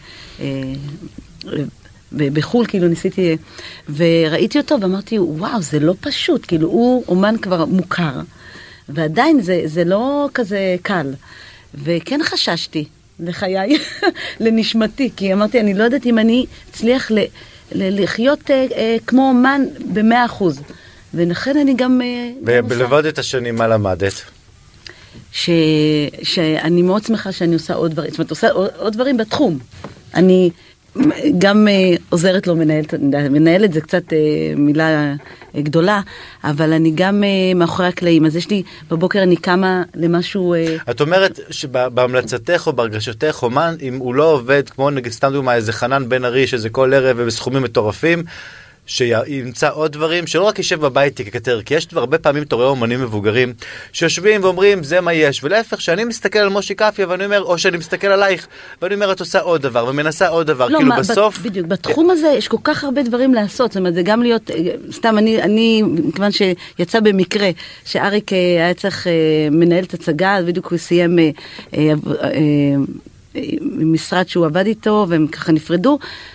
בחול, כאילו ניסיתי, וראיתי אותו ואמרתי, וואו, זה לא פשוט, כאילו הוא אומן כבר מוכר, ועדיין זה, זה לא כזה קל, וכן חששתי לחיי, לנשמתי, כי אמרתי, אני לא יודעת אם אני אצליח ל, ל, לחיות אה, אה, כמו אומן במאה אחוז, ולכן אני גם... ולבד את השנים, מה למדת? ש, שאני מאוד שמחה שאני עושה עוד דברים, זאת אומרת, עושה עוד, עוד דברים בתחום. אני... גם uh, עוזרת לו מנהלת, מנהלת זה קצת uh, מילה uh, גדולה, אבל אני גם uh, מאחורי הקלעים, אז יש לי, בבוקר אני קמה למשהו... Uh, את אומרת שבהמלצתך או בהרגשתך, אומן, אם הוא לא עובד, כמו נגיד סתם דוגמה, איזה חנן בן ארי, שזה כל ערב ובסכומים מטורפים, שימצא עוד דברים, שלא רק יישב בבית ככתר, כי יש הרבה פעמים תורי אומנים מבוגרים, שיושבים ואומרים, זה מה יש, ולהפך, שאני מסתכל על מושי קפיה, ואני אומר, או שאני מסתכל עלייך, ואני אומר, את עושה עוד דבר, ומנסה עוד דבר, לא, כאילו מה, בסוף... בדיוק, בתחום הזה יש כל כך הרבה דברים לעשות, זאת אומרת, זה גם להיות, סתם, אני, אני, כיוון שיצא במקרה, שאריק היה צריך מנהל את הצגה, אז בדיוק הוא סיים משרד שהוא עבד איתו, והם ככה נפרדו,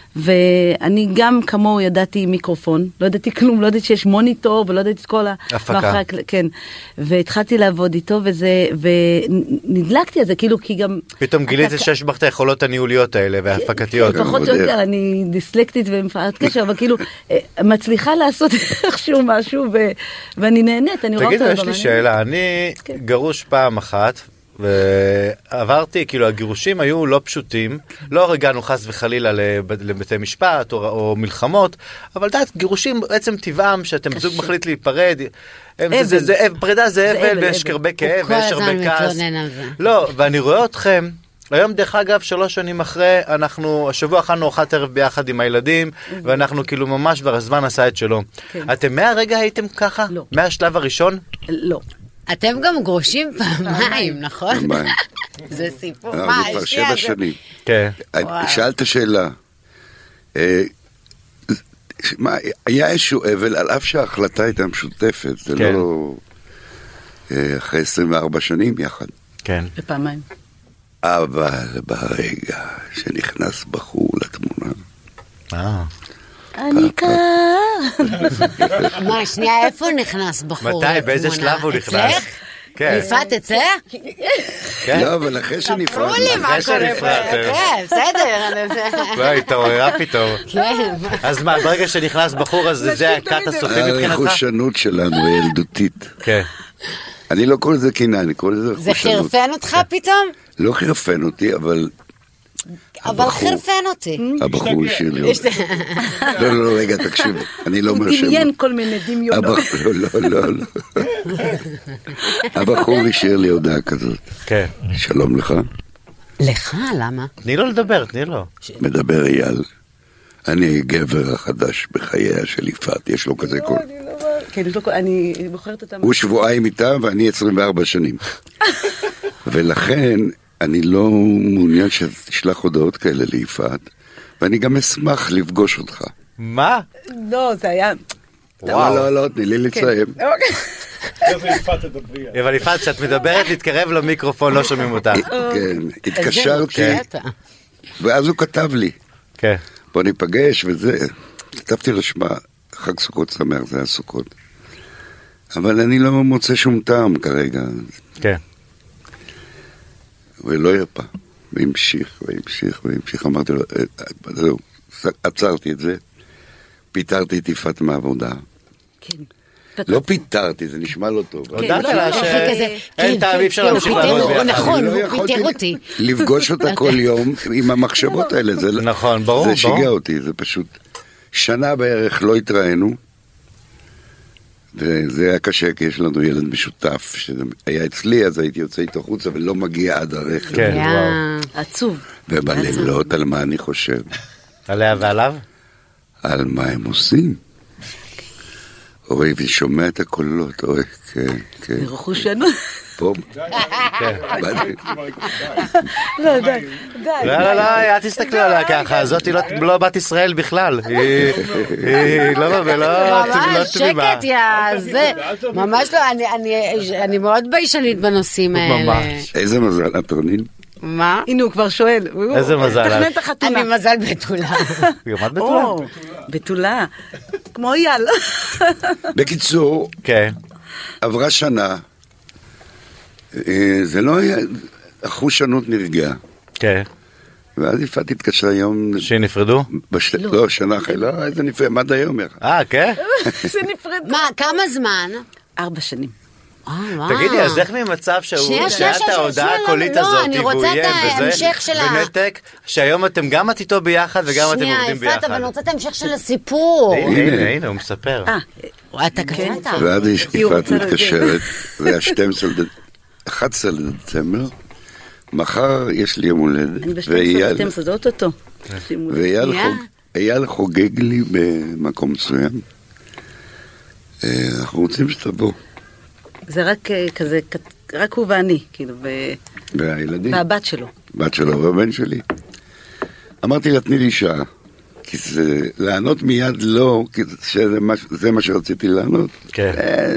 ואני גם כמוהו ידעתי מיקרופון, לא ידעתי כלום, לא ידעתי שיש מוניטור, ולא ידעתי את כל ה... הפקה. כן, והתחלתי לעבוד איתו, וזה, ונדלקתי על זה, כאילו, כי גם... פתאום גיליתי שיש בך את היכולות הניהוליות האלה, וההפקתיות. פחות או יותר, אני דיסלקטית ומפעלת קשר, אבל כאילו, מצליחה לעשות איכשהו משהו, ואני נהנית, אני רואה אותו. תגידו, יש לי שאלה, אני גרוש פעם אחת, ועברתי, כאילו הגירושים היו לא פשוטים, לא הגענו חס וחלילה לבתי משפט או, או מלחמות, אבל דעת, גירושים בעצם טבעם שאתם זוג מחליט להיפרד, זה, זה, זה, פרידה זה אבל, ויש הרבה כאב, ויש הרבה כעס. לא, ואני רואה אתכם, היום דרך אגב, שלוש שנים אחרי, אנחנו, השבוע אכלנו ארוחת ערב ביחד עם הילדים, ואנחנו כאילו ממש כבר הזמן עשה את שלו. אתם מהרגע הייתם ככה? לא. מהשלב הראשון? לא. אתם גם גרושים פעמיים, נכון? זה סיפור. מה, זה כבר שבע שנים. כן. שאלת שאלה. היה איזשהו אבל, על אף שההחלטה הייתה משותפת, זה לא אחרי עשרים וארבע שנים יחד. כן. בפעמיים. אבל ברגע שנכנס בחור לתמונה, אה. אני כאן. מה, שנייה, איפה נכנס בחור? מתי, באיזה שלב הוא נכנס? אצלך? יפעת, אצלך? לא, אבל אחרי שנפרד. ספרו לי מה קורה פה. כן, בסדר. לא, התעוררה פתאום. כן. אז מה, ברגע שנכנס בחור, אז זה הכת הסופי מבחינתך? הרכושנות שלנו הילדותית. כן. אני לא קורא לזה קינה, אני קורא לזה רכושנות. זה חרפן אותך פתאום? לא חרפן אותי, אבל... אבל חרפן אותי. הבחור השאיר לי אותי. לא, לא, לא, רגע, תקשיב, אני לא אומר שם. הוא דמיין כל מיני דמיונות. לא, לא, לא, לא. הבחור השאיר לי הודעה כזאת. כן. שלום לך. לך? למה? תני לו לדבר, תני לו. מדבר אייל. אני גבר החדש בחייה של יפעת, יש לו כזה קול. כן, אני בוחרת אותם. הוא שבועיים איתה ואני עשרים וארבע שנים. ולכן... אני לא מעוניין שתשלח הודעות כאלה ליפעת, ואני גם אשמח לפגוש אותך. מה? לא, זה היה... לא, לא, לא, תני לי לציין. אבל יפעת, כשאת מדברת, להתקרב למיקרופון, לא שומעים אותך. כן, התקשרתי, ואז הוא כתב לי. כן. בוא ניפגש וזה. כתבתי לו שמה, חג סוכות שמח, זה היה סוכות. אבל אני לא מוצא שום טעם כרגע. כן. ולא ירפא, והמשיך, והמשיך, והמשיך, אמרתי לו, זהו, עצרתי את זה, פיטרתי את יפעת מהעבודה. כן. לא פיטרתי, זה נשמע לא טוב. הודעת לה שאין טעם, אי אפשר להמשיך לעבוד ביחד. נכון, הוא פיטר אותי. לפגוש אותה כל יום עם המחשבות האלה, נכון, ברור, זה שיגע אותי, זה פשוט, שנה בערך לא התראינו, וזה היה קשה, כי יש לנו ילד משותף, שהיה אצלי, אז הייתי יוצא איתו חוצה, ולא מגיע עד הרכב. כן, וואו. עצוב. ובלילות, על מה אני חושב? עליה ועליו? על מה הם עושים. אוי, ושומע את הקולות, אוי, כן, כן. רכושנות. פה. לא, די, די. לא, לא, לא, אל תסתכלו עליה ככה, זאת היא לא בת ישראל בכלל. היא לא, ולא ממש שקט, יא, זה. ממש לא, אני מאוד ביישנית בנושאים האלה. איזה מזל, הפרנין. מה? הנה הוא כבר שואל. איזה מזל. תכנן את החתונה. אני מזל בתולה. גם את בתולה? בתולה. כמו אייל. בקיצור, עברה שנה, זה לא היה, החושנות נרגעה. כן. ואז יפעת התקשרה היום... שנפרדו? לא, שנה אחרי, לא, איזה נפרד, עד היום. אה, כן? זה נפרד. מה, כמה זמן? ארבע שנים. תגידי, אז איך ממצב שהיה את ההודעה הקולית הזאת, והוא יהיה וזה, ונתק, שהיום אתם גם את איתו ביחד וגם אתם עובדים ביחד. שנייה, יפעת, אבל אני רוצה את ההמשך של הסיפור. הנה, הנה, הוא מספר. אתה כתבת. ועד יפעת מתקשרת, זה ה-אחד עשר לדצמבר, מחר יש לי יום הולדת. אני ב-שתים עשרה לדצמבר, זה אוטוטו. ואייל חוגג לי במקום מסוים. אנחנו רוצים שתבוא. זה רק כזה, רק הוא ואני, כאילו, והילדים. והבת שלו. בת שלו והבן שלי. אמרתי לה, תני לי שעה. כי זה, לענות מיד לא, כי זה מה, זה מה שרציתי לענות. כן.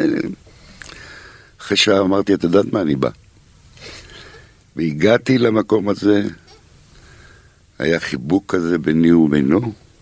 אחרי שעה אמרתי, את יודעת מה, אני בא. והגעתי למקום הזה, היה חיבוק כזה ביני ובינו.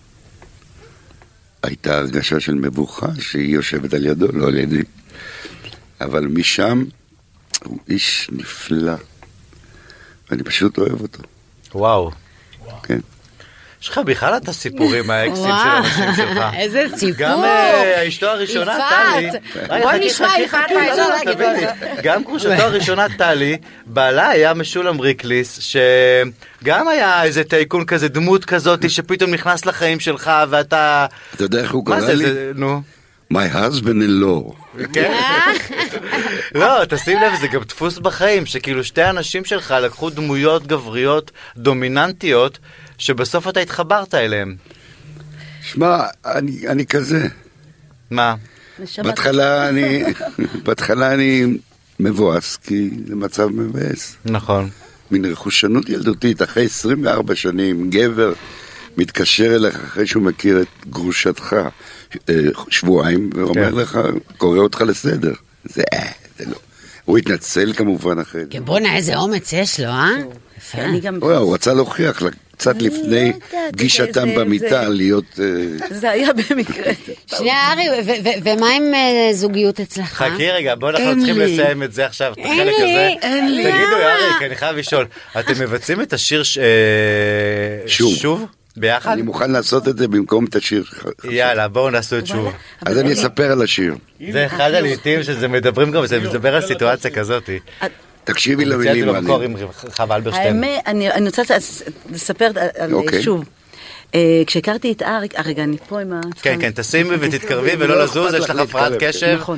הייתה הרגשה של מבוכה שהיא יושבת על ידו, לא על ידי. אבל משם הוא איש נפלא. ואני פשוט אוהב אותו. וואו. כן. יש לך בכלל את הסיפורים האקסים של האנשים שלך. איזה סיפור. גם אשתו הראשונה, טלי. בוא נשמע, יפעת, מה יש להגיד? גם גרושתו הראשונה, טלי, בעלה היה משולם ריקליס, שגם היה איזה טייקון כזה, דמות כזאת, שפתאום נכנס לחיים שלך, ואתה... אתה יודע איך הוא קרא לי? מה זה, נו? My husband-in-law. כן. לא, תשים לב, זה גם דפוס בחיים, שכאילו שתי אנשים שלך לקחו דמויות גבריות דומיננטיות, שבסוף אתה התחברת אליהם. שמע, אני, אני כזה. מה? בהתחלה אני, בהתחלה אני מבואס, כי זה מצב מבאס. נכון. מין רכושנות ילדותית, אחרי עשרים וארבע שנים, גבר מתקשר אליך אחרי שהוא מכיר את גרושתך שבועיים, ואומר כן. לך, קורא אותך לסדר. זה, זה לא. הוא התנצל כמובן אחרי זה. בוא'נה, איזה אומץ יש לו, אה? יפה. הוא רצה להוכיח קצת לפני פגישתם במיטה להיות... זה היה במקרה. שנייה, ארי, ומה עם זוגיות אצלך? חכי רגע, בואו אנחנו צריכים לסיים את זה עכשיו, את החלק הזה. אין לי. תגידו, ארי, אני חייב לשאול, אתם מבצעים את השיר שוב? ביחד? אני מוכן לעשות את זה במקום את השיר. יאללה, בואו נעשו את שוב. אז אני אספר על השיר. זה אחד הלעיתים שזה מדברים גם, זה מדבר על סיטואציה כזאת. תקשיבי למילים. האמת, אני רוצה לספר שוב. כשהכרתי את אריק, רגע, אני פה עם ה... כן, כן, תשימי ותתקרבי ולא לזוז, יש לך הפרעת קשב. נכון.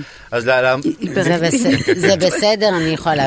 זה בסדר, אני יכולה.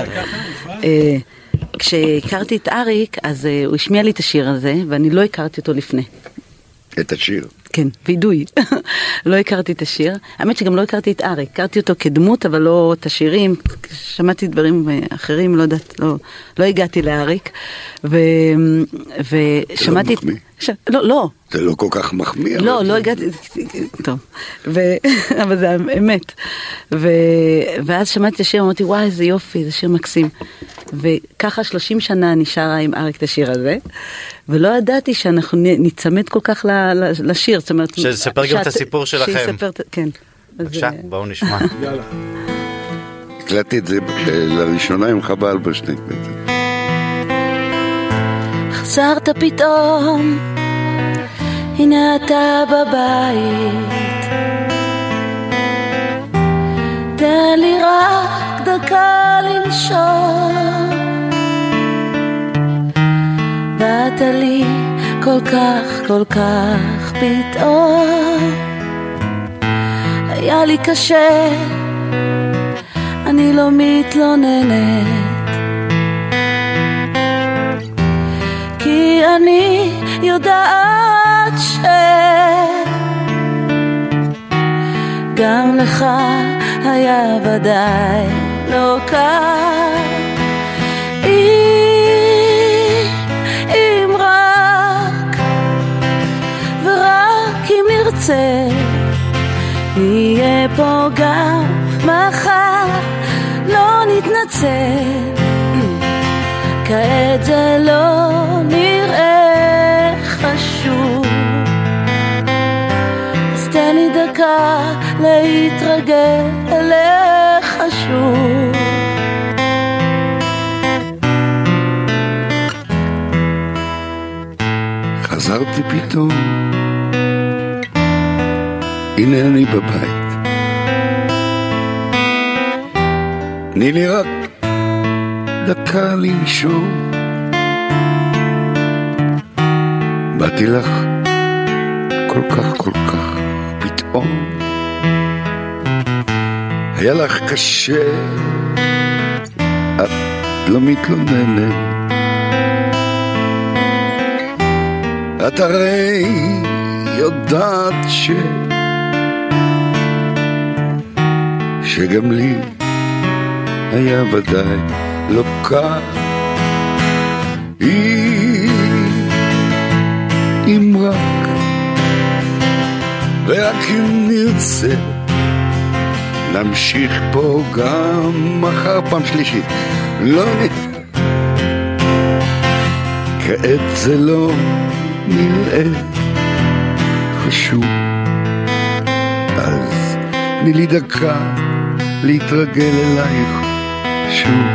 כשהכרתי את אריק, אז הוא השמיע לי את השיר הזה, ואני לא הכרתי אותו לפני. את השיר? כן, וידוי. לא הכרתי את השיר. האמת שגם לא הכרתי את אריק. הכרתי אותו כדמות, אבל לא את השירים. שמעתי דברים אחרים, לא יודעת, לא, לא הגעתי לאריק. ו... ושמעתי... זה לא מחמיא? ש... לא, לא. זה לא כל כך מחמיא. לא, לא הגעתי... טוב. ו... אבל זה אמת. ו... ואז שמעתי את השיר, אמרתי, וואי, איזה יופי, זה שיר מקסים. וככה שלושים שנה נשארה עם אריק את השיר הזה. ולא ידעתי שאנחנו נצמד כל כך לשיר. זאת אומרת... שספר גם את הסיפור שלכם. שיספר, כן. בבקשה, בואו נשמע. יאללה. הקלטתי את זה לראשונה עם חווה אלברשטיין. חזרת פתאום, הנה אתה בבית, תן לי רק דקה לנשום, באת לי כל כך כל כך פתאום, היה לי קשה, אני לא מתלוננת, כי אני יודעת שגם לך היה ודאי לא קל, אם, אם רק ורק אם נרצה נהיה פה גם מחר, לא נתנצל, כעת זה לא נראה חשוב, אז תן לי דקה להתרגל אליך שוב. חזרתי פתאום, הנה אני בבית, תני לי רק דקה לנשום, באתי לך כל כך כל כך פתאום, היה לך קשה, את לא מתלוננת, את הרי יודעת ש שגם לי היה ודאי לא קל, אם רק ורק אם נרצה נמשיך פה גם מחר פעם שלישית, לא נ... כעת זה לא נראה חשוב, אז תני לי דקה להתרגל אלייך שוב.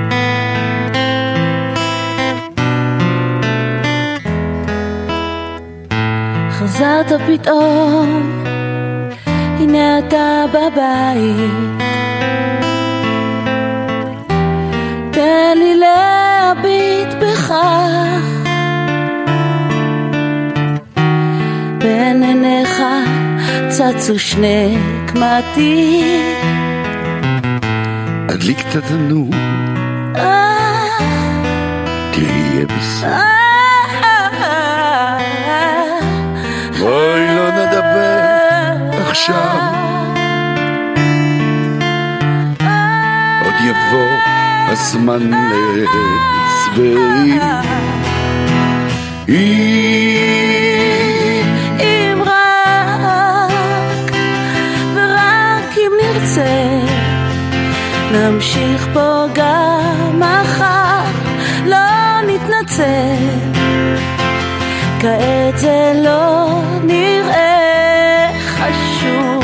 חזרת פתאום, הנה אתה בבית, תן לי להביט בך, בין עיניך צצו שני קמטים, הדליק את התנור, תהיה בסדר, בואי לא נדבר עכשיו, עוד יבוא הזמן להסברים, אם רק ורק אם נרצה נמשיך פה גם מחר, לא נתנצל, כעת זה לא נראה חשוב,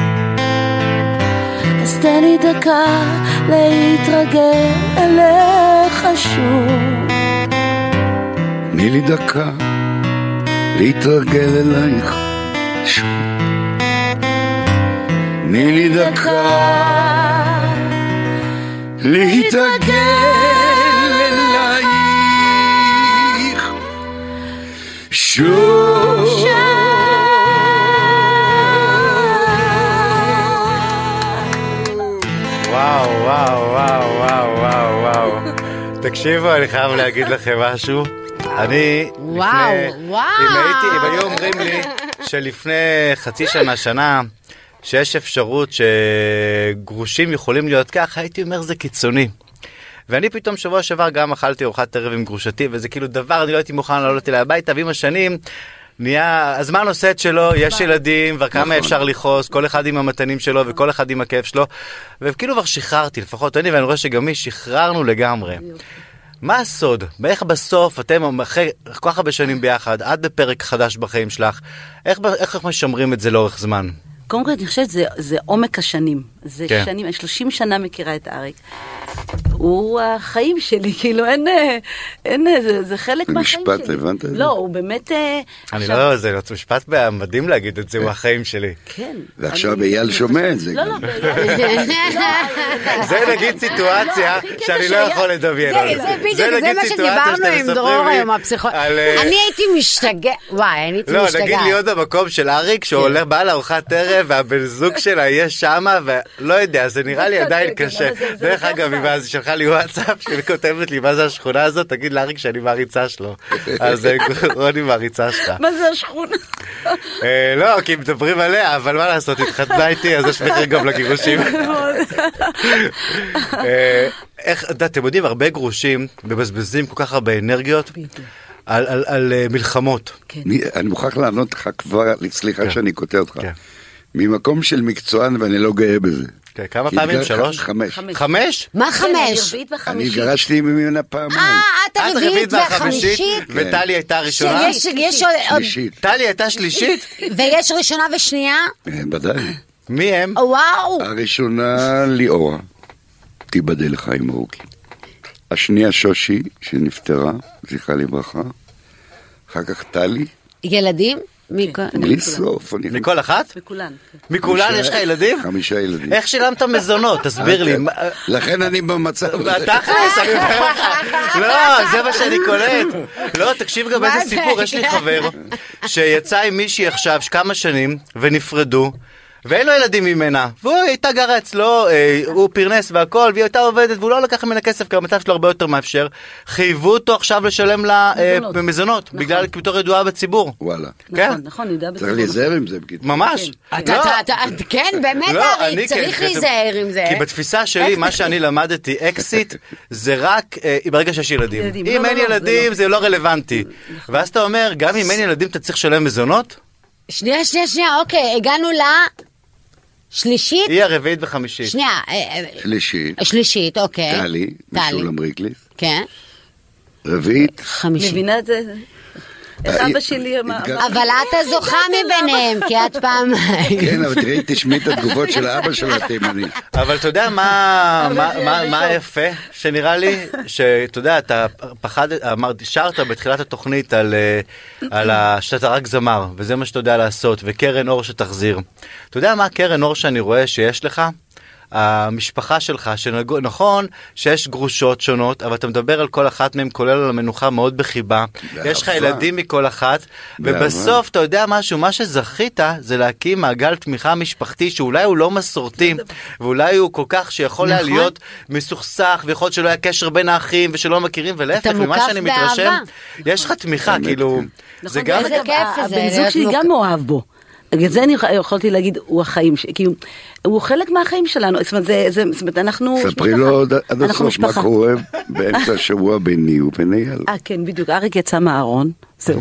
אז תן לי דקה להתרגל אליך שוב. תני לי דקה להתרגל אלייך שוב. תני לי דקה להתרגל אלייך שוב. וואו, וואו, וואו, וואו, וואו, וואו. תקשיבו, אני חייב להגיד לכם משהו. אני, וואו, לפני, וואו. אם הייתי, אם היו אומרים לי שלפני חצי שנה, שנה, שיש אפשרות שגרושים יכולים להיות כך, הייתי אומר זה קיצוני. ואני פתאום שבוע שעבר גם אכלתי ארוחת ערב עם גרושתי, וזה כאילו דבר, אני לא הייתי מוכן לעלות אליה הביתה, ועם השנים נהיה, הזמן עושה את שלו, יש ילדים, וכמה אפשר לחוס, כל אחד עם המתנים שלו, וכל אחד עם הכיף שלו, וכאילו כבר שחררתי, לפחות אני, ואני רואה שגם מי שחררנו לגמרי. מה הסוד? איך בסוף אתם אחרי כל כך הרבה שנים ביחד, עד בפרק חדש בחיים שלך, איך, איך משמרים את זה לאורך זמן? קודם כל אני חושבת זה, זה עומק השנים, זה כן. שנים, אני שלושים שנה מכירה את אריק, הוא החיים שלי, כאילו אין, אין, זה, זה חלק מהחיים שלי. משפט, הבנת את זה? לא, הוא באמת... אני לא, זה משפט מדהים להגיד את זה, הוא החיים שלי. כן. ועכשיו אייל שומע את זה. לא, לא, זה נגיד סיטואציה שאני לא יכול לדמיין. זה בדיוק, זה מה שדיברנו עם דרור היום, הפסיכולוג. אני הייתי משתגע, וואי, אני הייתי משתגע. לא, נגיד להיות במקום של אריק, שהוא הולך בא לארוחת ערב, והבן זוג שלה יהיה שמה, ולא יודע, זה נראה לי עדיין קשה. דרך אגב, אם אז שלחה לי וואטסאפ, שכותבת לי מה זה השכונה הזאת, תגיד לאריק שאני מעריצה שלו. אז רוני מעריצה שלך. מה זה השכונה? לא, כי מדברים עליה, אבל מה לעשות, התחתנה איתי, אז יש מחיר גם לגירושים. איך, אתם יודעים, הרבה גרושים מבזבזים כל כך הרבה אנרגיות על מלחמות. אני מוכרח לענות לך כבר, סליחה שאני קוטע אותך. ממקום של מקצוען ואני לא גאה בזה. כמה פעמים? שלוש? חמש. חמש? מה חמש? אני גרשתי ממנה פעמיים. אה, את הרביעית והחמישית? וטלי הייתה ראשונה? שלישית. טלי הייתה שלישית? ויש ראשונה ושנייה? ודאי. מי הם? וואו. הראשונה ליאורה, תיבדל לחיים ארוכים. השנייה שושי, שנפטרה, זכרה לברכה. אחר כך טלי. ילדים? בלי סוף. מכל אחת? מכולן. מכולן יש לך ילדים? חמישה ילדים. איך שילמת מזונות? תסביר לי. לכן אני במצב. תכלס, אני אומר לך. לא, זה מה שאני קולט. לא, תקשיב גם איזה סיפור. יש לי חבר שיצא עם מישהי עכשיו כמה שנים ונפרדו. ואין לו ילדים ממנה, והוא הייתה גרה אצלו, אה, הוא פרנס והכל, והיא הייתה עובדת, והוא לא לקח ממנה כסף, כי המצב שלו הרבה יותר מאפשר. חייבו אותו עכשיו לשלם לה אה, במזונות, נכון. בגלל בתור ידועה בציבור. וואלה. נכון, כן? נכון, ידועה בציבור. צריך להיזהר עם זה בקיצור. ממש. כן, אתה, אתה, אתה, כן באמת לא, אריק, צריך כן, להיזהר עם זה. כי בתפיסה שלי, מה שאני למדתי, אקסיט, זה רק אה, ברגע שיש ילדים. ילדים. אם לא, אין לא, ילדים, לא. זה לא רלוונטי. נכון. ואז אתה אומר, גם אם אין ילדים, אתה צריך לשלם מזונות? שנייה, שנייה, שנייה, אוקיי, הגענו ל... שלישית? היא הרביעית וחמישית. שנייה. שלישית. שלישית, אוקיי. טלי, משולם ריקליס. כן. רביעית? חמישית. מבינה את זה? איך אבא שלי אמר? אבל את הזוכה מביניהם, כי את פעם... כן, אבל תראי, תשמעי את התגובות של אבא של התימני. אבל אתה יודע מה היפה שנראה לי? שאתה יודע, אתה פחד, אמרתי, שרת בתחילת התוכנית על שאתה רק זמר, וזה מה שאתה יודע לעשות, וקרן אור שתחזיר. אתה יודע מה הקרן אור שאני רואה שיש לך? המשפחה שלך, שנכון שיש גרושות שונות, אבל אתה מדבר על כל אחת מהם, כולל על המנוחה מאוד בחיבה, יש לך ילדים מכל אחת, ובסוף אתה יודע משהו, מה שזכית זה להקים מעגל תמיכה משפחתי, שאולי הוא לא מסורתי, ואולי הוא כל כך שיכול היה להיות מסוכסך, ויכול להיות שלא היה קשר בין האחים, ושלא מכירים, ולהפך, ממה שאני מתרשם, יש לך תמיכה, כאילו, זה גם... הבן זוג שלי גם מאוהב בו. בגלל זה אני יכולתי להגיד, הוא החיים, כי הוא חלק מהחיים שלנו, זאת אומרת, זה, זאת אומרת, אנחנו... ספרי לו עד הסוף מה קורה באמצע השבוע ביני ובין אייל. אה, כן, בדיוק, אריק יצא מהארון, זהו.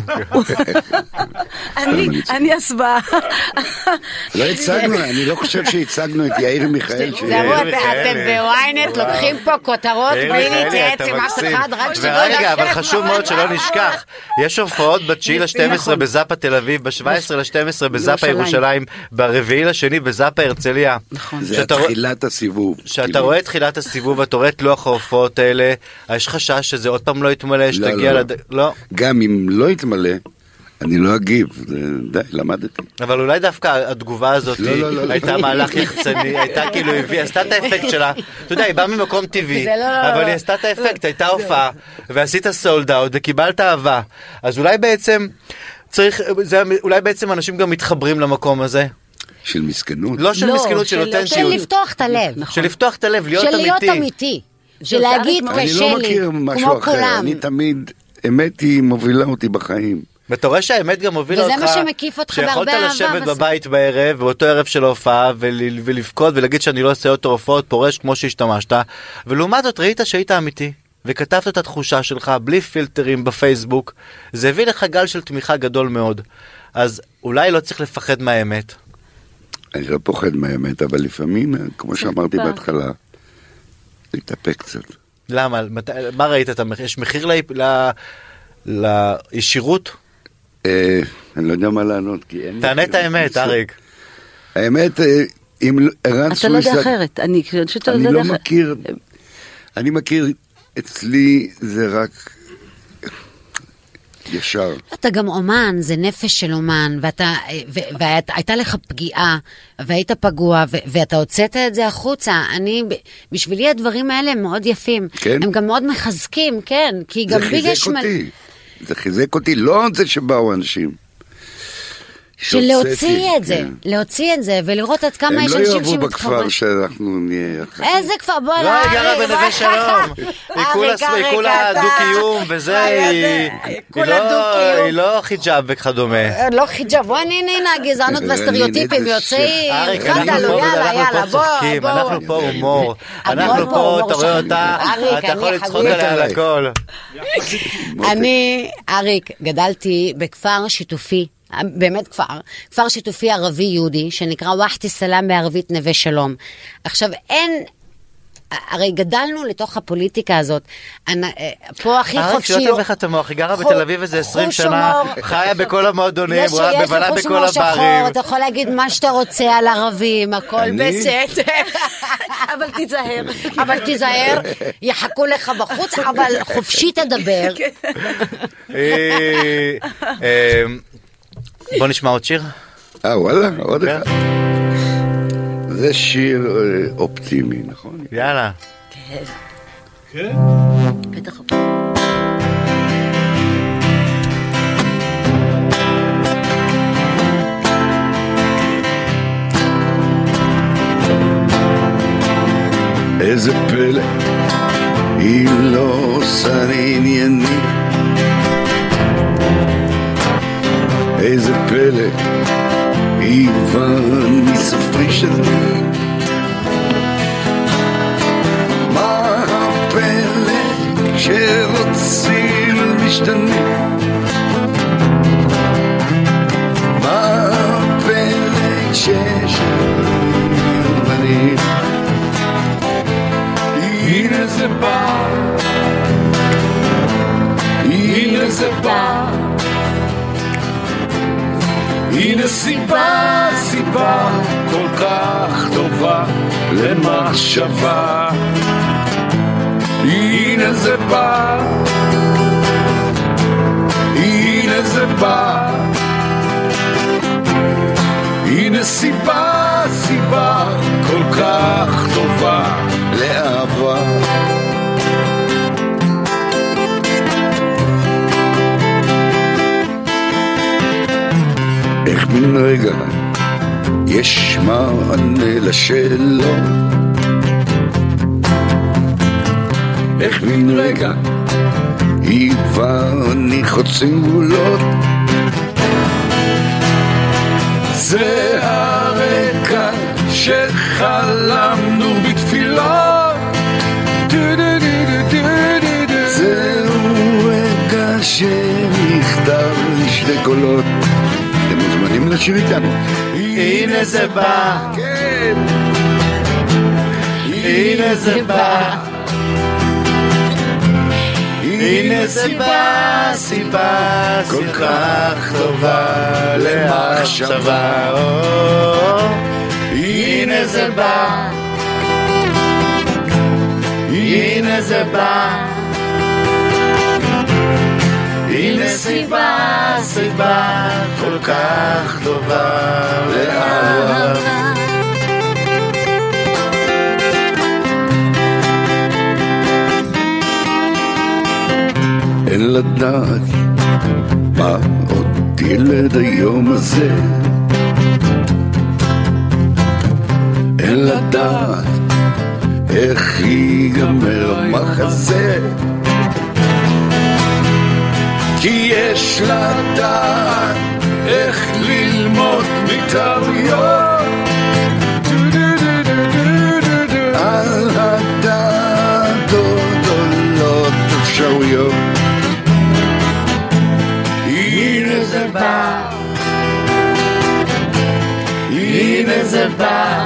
אני אסבעה. לא הצגנו, אני לא חושב שהצגנו את יאיר מיכאל. זהו, אתם בוויינט לוקחים פה כותרות בלי להתייעץ עם אף אחד, רק שתדעו לך. רגע, אבל חשוב מאוד שלא נשכח, יש הופעות ב-תשיעי לשתים עשרה בזאפה תל אביב, ב-שבע עשרה לשתים עשרה בזאפה ירושלים, ברביעי לשני בזאפה הרצליה. זה תחילת הסיבוב. שאתה רואה את תחילת הסיבוב, ואתה רואה את לוח ההופעות האלה, יש חשש שזה עוד פעם לא יתמלא, שתגיע לד... לא. גם אם לא יתמלא, אני לא אגיב, די, למדתי. אבל אולי דווקא התגובה הזאת הייתה מהלך יחצני, הייתה כאילו, היא עשתה את האפקט שלה, אתה יודע, היא באה ממקום טבעי, אבל היא עשתה את האפקט, הייתה הופעה, ועשית סולד אאוט, וקיבלת אהבה, אז אולי בעצם צריך, אולי בעצם אנשים גם מתחברים למקום הזה. של מסכנות? לא של מסכנות, של אותנטיות. של לפתוח את הלב. של לפתוח את הלב, להיות אמיתי. של להיות אמיתי. של להגיד קשה לי, אני לא מכיר משהו אחר, אני תמיד, אמת היא מובילה אותי בחיים. ואתה רואה שהאמת גם מובילה אותך, וזה מה שמקיף אותך בהרבה אהבה. שיכולת לשבת בבית בערב, באותו ערב של ההופעה, ולבכות ולהגיד שאני לא עושה יותר הופעות פורש כמו שהשתמשת, ולעומת זאת ראית שהיית אמיתי, וכתבת את התחושה שלך בלי פילטרים בפייסבוק, זה הביא לך גל של תמיכה גדול מאוד. אז אולי לא צריך לפחד מהאמת. אני לא פוחד מהאמת, אבל לפעמים, כמו שאמרתי בהתחלה, להתאפק קצת. למה? מה ראית? יש מחיר לישירות? אני לא יודע מה לענות. תענה את האמת, אריק. האמת, אם ערן סוויסה... אתה לא יודע אחרת. אני לא מכיר... אני מכיר, אצלי זה רק... ישר. אתה גם אומן, זה נפש של אומן, ואתה, והייתה לך פגיעה, והיית פגוע, ואתה הוצאת את זה החוצה. אני, בשבילי הדברים האלה הם מאוד יפים. כן? הם גם מאוד מחזקים, כן. כי גם זה חיזק אותי. זה חיזק אותי, לא זה שבאו אנשים. של להוציא את זה, להוציא את זה, ולראות עד כמה יש אנשים שמתחברים. הם לא יאהבו בכפר שאנחנו נהיה... איזה כפר? בוא לא, היא גרה בנווה שלום. היא כולה דו-קיום, וזה, היא לא חיג'אב וכדומה. לא חיג'אב, בוא הנה, הגזענות והסטריאוטיפים יוצאים. אנחנו פה צוחקים, אנחנו פה הומור. אנחנו פה, אתה רואה אותה, אתה יכול לצחוק עליה על הכל. אני, אריק, גדלתי בכפר שיתופי. באמת כפר, כפר שיתופי ערבי יהודי, שנקרא וחת סלאם בערבית נווה שלום. עכשיו, אין, הרי גדלנו לתוך הפוליטיקה הזאת, פה הכי חופשי... אריק, שלא תבך את המוח, היא גרה בתל אביב איזה עשרים שנה, חיה בכל המועדונים, בבלה בכל הברים. אתה יכול להגיד מה שאתה רוצה על ערבים, הכל בסדר. אבל תיזהר. אבל תיזהר, יחכו לך בחוץ, אבל חופשי תדבר. בוא נשמע עוד שיר. אה, וואלה, עוד אחד. זה שיר אופטימי, נכון? יאללה. כן. כן? בטח. איזה פלא, היא לא עושה ענייני. איזה פלא, היא כבר מספרי שלי. מה הפלא כשרוצים משתנה? מה הפלא כשיש בנים? הנה זה בא, הנה סיבה, סיבה כל כך טובה למחשבה. הנה זה בא, הנה זה בא, הנה סיבה, סיבה כל כך טובה לאהבה. איך מן רגע יש מענה לשאלות, איך מן רגע היא ואני חוצים גבולות. זה הרקע שחלמנו בתפילות, זהו רגע שנכתב לשתי קולות. אתם מוזמנים לשיר איתנו. הנה זה בא, כן, הנה זה בא, הנה סיבה, סיבה כל כך טובה למחשבה. הנה זה בא, הנה זה בא, הנה סיבה, סיבה כל כך טובה לאהבה. אין לדעת מה עוד ילד היום הזה, אין לדעת איך ייגמר המחזה, כי יש לדעת איך ללמוד מטעויות, על הדעת עוד עולות אפשרויות. הנה זה בא, הנה זה בא,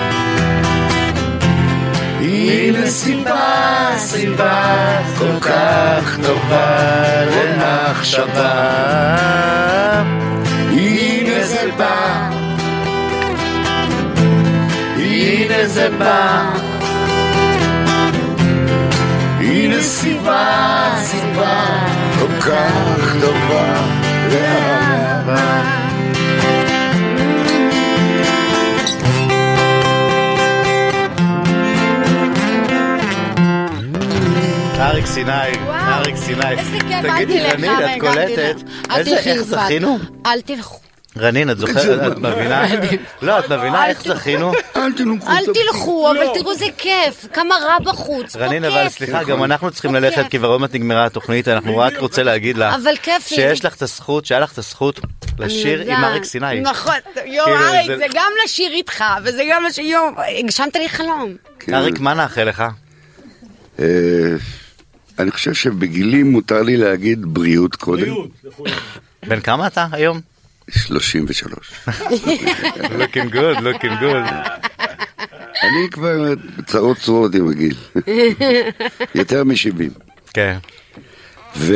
הנה סיבה, סיבה כל כך טובה למחשבה. הנה זה בא, הנה זה בא, הנה סיבה, סיבה כל כך טובה לאהבה. אריק סיני, אריק סיני. איזה כיף, אל תגידי, תלך, רנין, את קולטת? אל תלכי, איך זכינו? אל תלכו. רנין, את זוכרת, את מבינה? לא, את מבינה איך זכינו? אל תלכו, אבל תראו זה כיף, כמה רע בחוץ, פה כיף. רנין, אבל סליחה, גם אנחנו צריכים ללכת, כי כבר עוד מעט נגמרה התוכנית, אנחנו רק רוצה להגיד לך, אבל כיף. שיש לך את הזכות, שהיה לך את הזכות לשיר עם אריק סיני. נכון, יום אריק, זה גם לשיר איתך, וזה גם לשיר, יום, הגשמת לי חלום. אריק, מה נאחל לך? אני חושב שבגילי מותר לי להגיד בריאות קודם. בן כמה אתה היום? שלושים ושלוש. looking good, looking good. אני כבר בצרות צרורות עם הגיל. יותר מ-שבעים. כן. ו...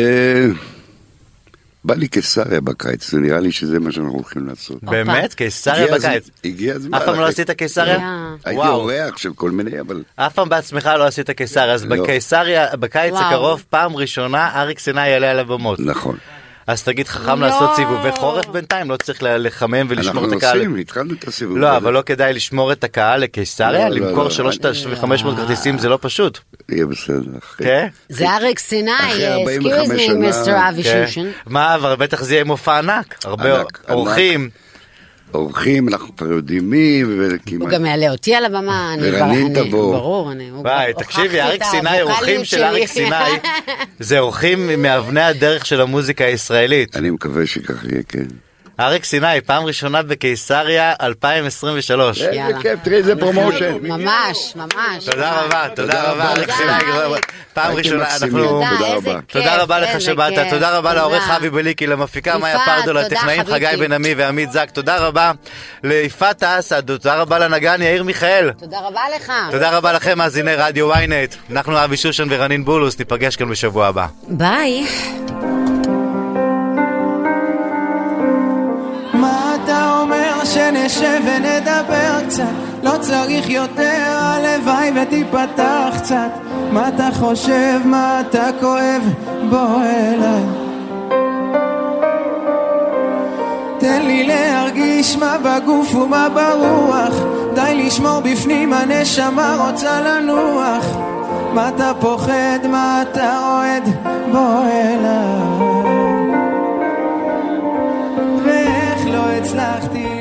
בא לי קיסריה בקיץ, זה נראה לי שזה מה שאנחנו הולכים לעשות. באמת? קיסריה בקיץ? הגיע הזמן. אף פעם לא עשית קיסריה? הייתי אורח של כל מיני, אבל... אף פעם בעצמך לא עשית קיסריה, אז בקיסריה, בקיץ הקרוב, פעם ראשונה, אריק סיני יעלה על הבמות. נכון. אז תגיד חכם לעשות סיבובי חורף בינתיים, לא צריך לחמם ולשמור את הקהל. אנחנו עושים, התחלנו את הסיבוב. לא, אבל לא כדאי לשמור את הקהל לקיסריה, למכור שלושת אלפים וחמש מאות כרטיסים זה לא פשוט. יהיה בסדר. כן? זה אריק סיני, excuse me, מיסטר אבי שושן. מה, אבל בטח זה יהיה מופע ענק, הרבה אורחים. אורחים, אנחנו כבר יודעים מי, וכמעט... הוא גם יעלה אותי על הבמה, ורנין תבוא. ברור, אני... ביי, תקשיבי, אריק סיני, אורחים של אריק סיני, זה אורחים מאבני הדרך של המוזיקה הישראלית. אני מקווה שכך יהיה, כן. אריק סיני, פעם ראשונה בקיסריה אלפיים עשרים ושלוש. איזה כיף, תראי איזה פרומושן. ממש, ממש. תודה רבה, תודה רבה, אריק סיני. פעם ראשונה, אנחנו... תודה רבה לך שבאת, תודה רבה לעורך אבי בליקי, למפיקה מאיה פרדו, לטכנאים חגי בן עמי ועמית זק, תודה רבה ליפעת אסד, תודה רבה לנגן יאיר מיכאל. תודה רבה לך. תודה רבה לכם, מאזיני רדיו וויינט. אנחנו אבי שושן ורנין בולוס, ניפגש כאן בשבוע הבא. ביי. נשב ונדבר קצת, לא צריך יותר, הלוואי ותיפתח קצת. מה אתה חושב, מה אתה כואב, בוא אליי. תן לי להרגיש מה בגוף ומה ברוח, די לשמור בפנים, הנשמה רוצה לנוח. מה אתה פוחד, מה אתה רועד, בוא אליי. ואיך לא הצלחתי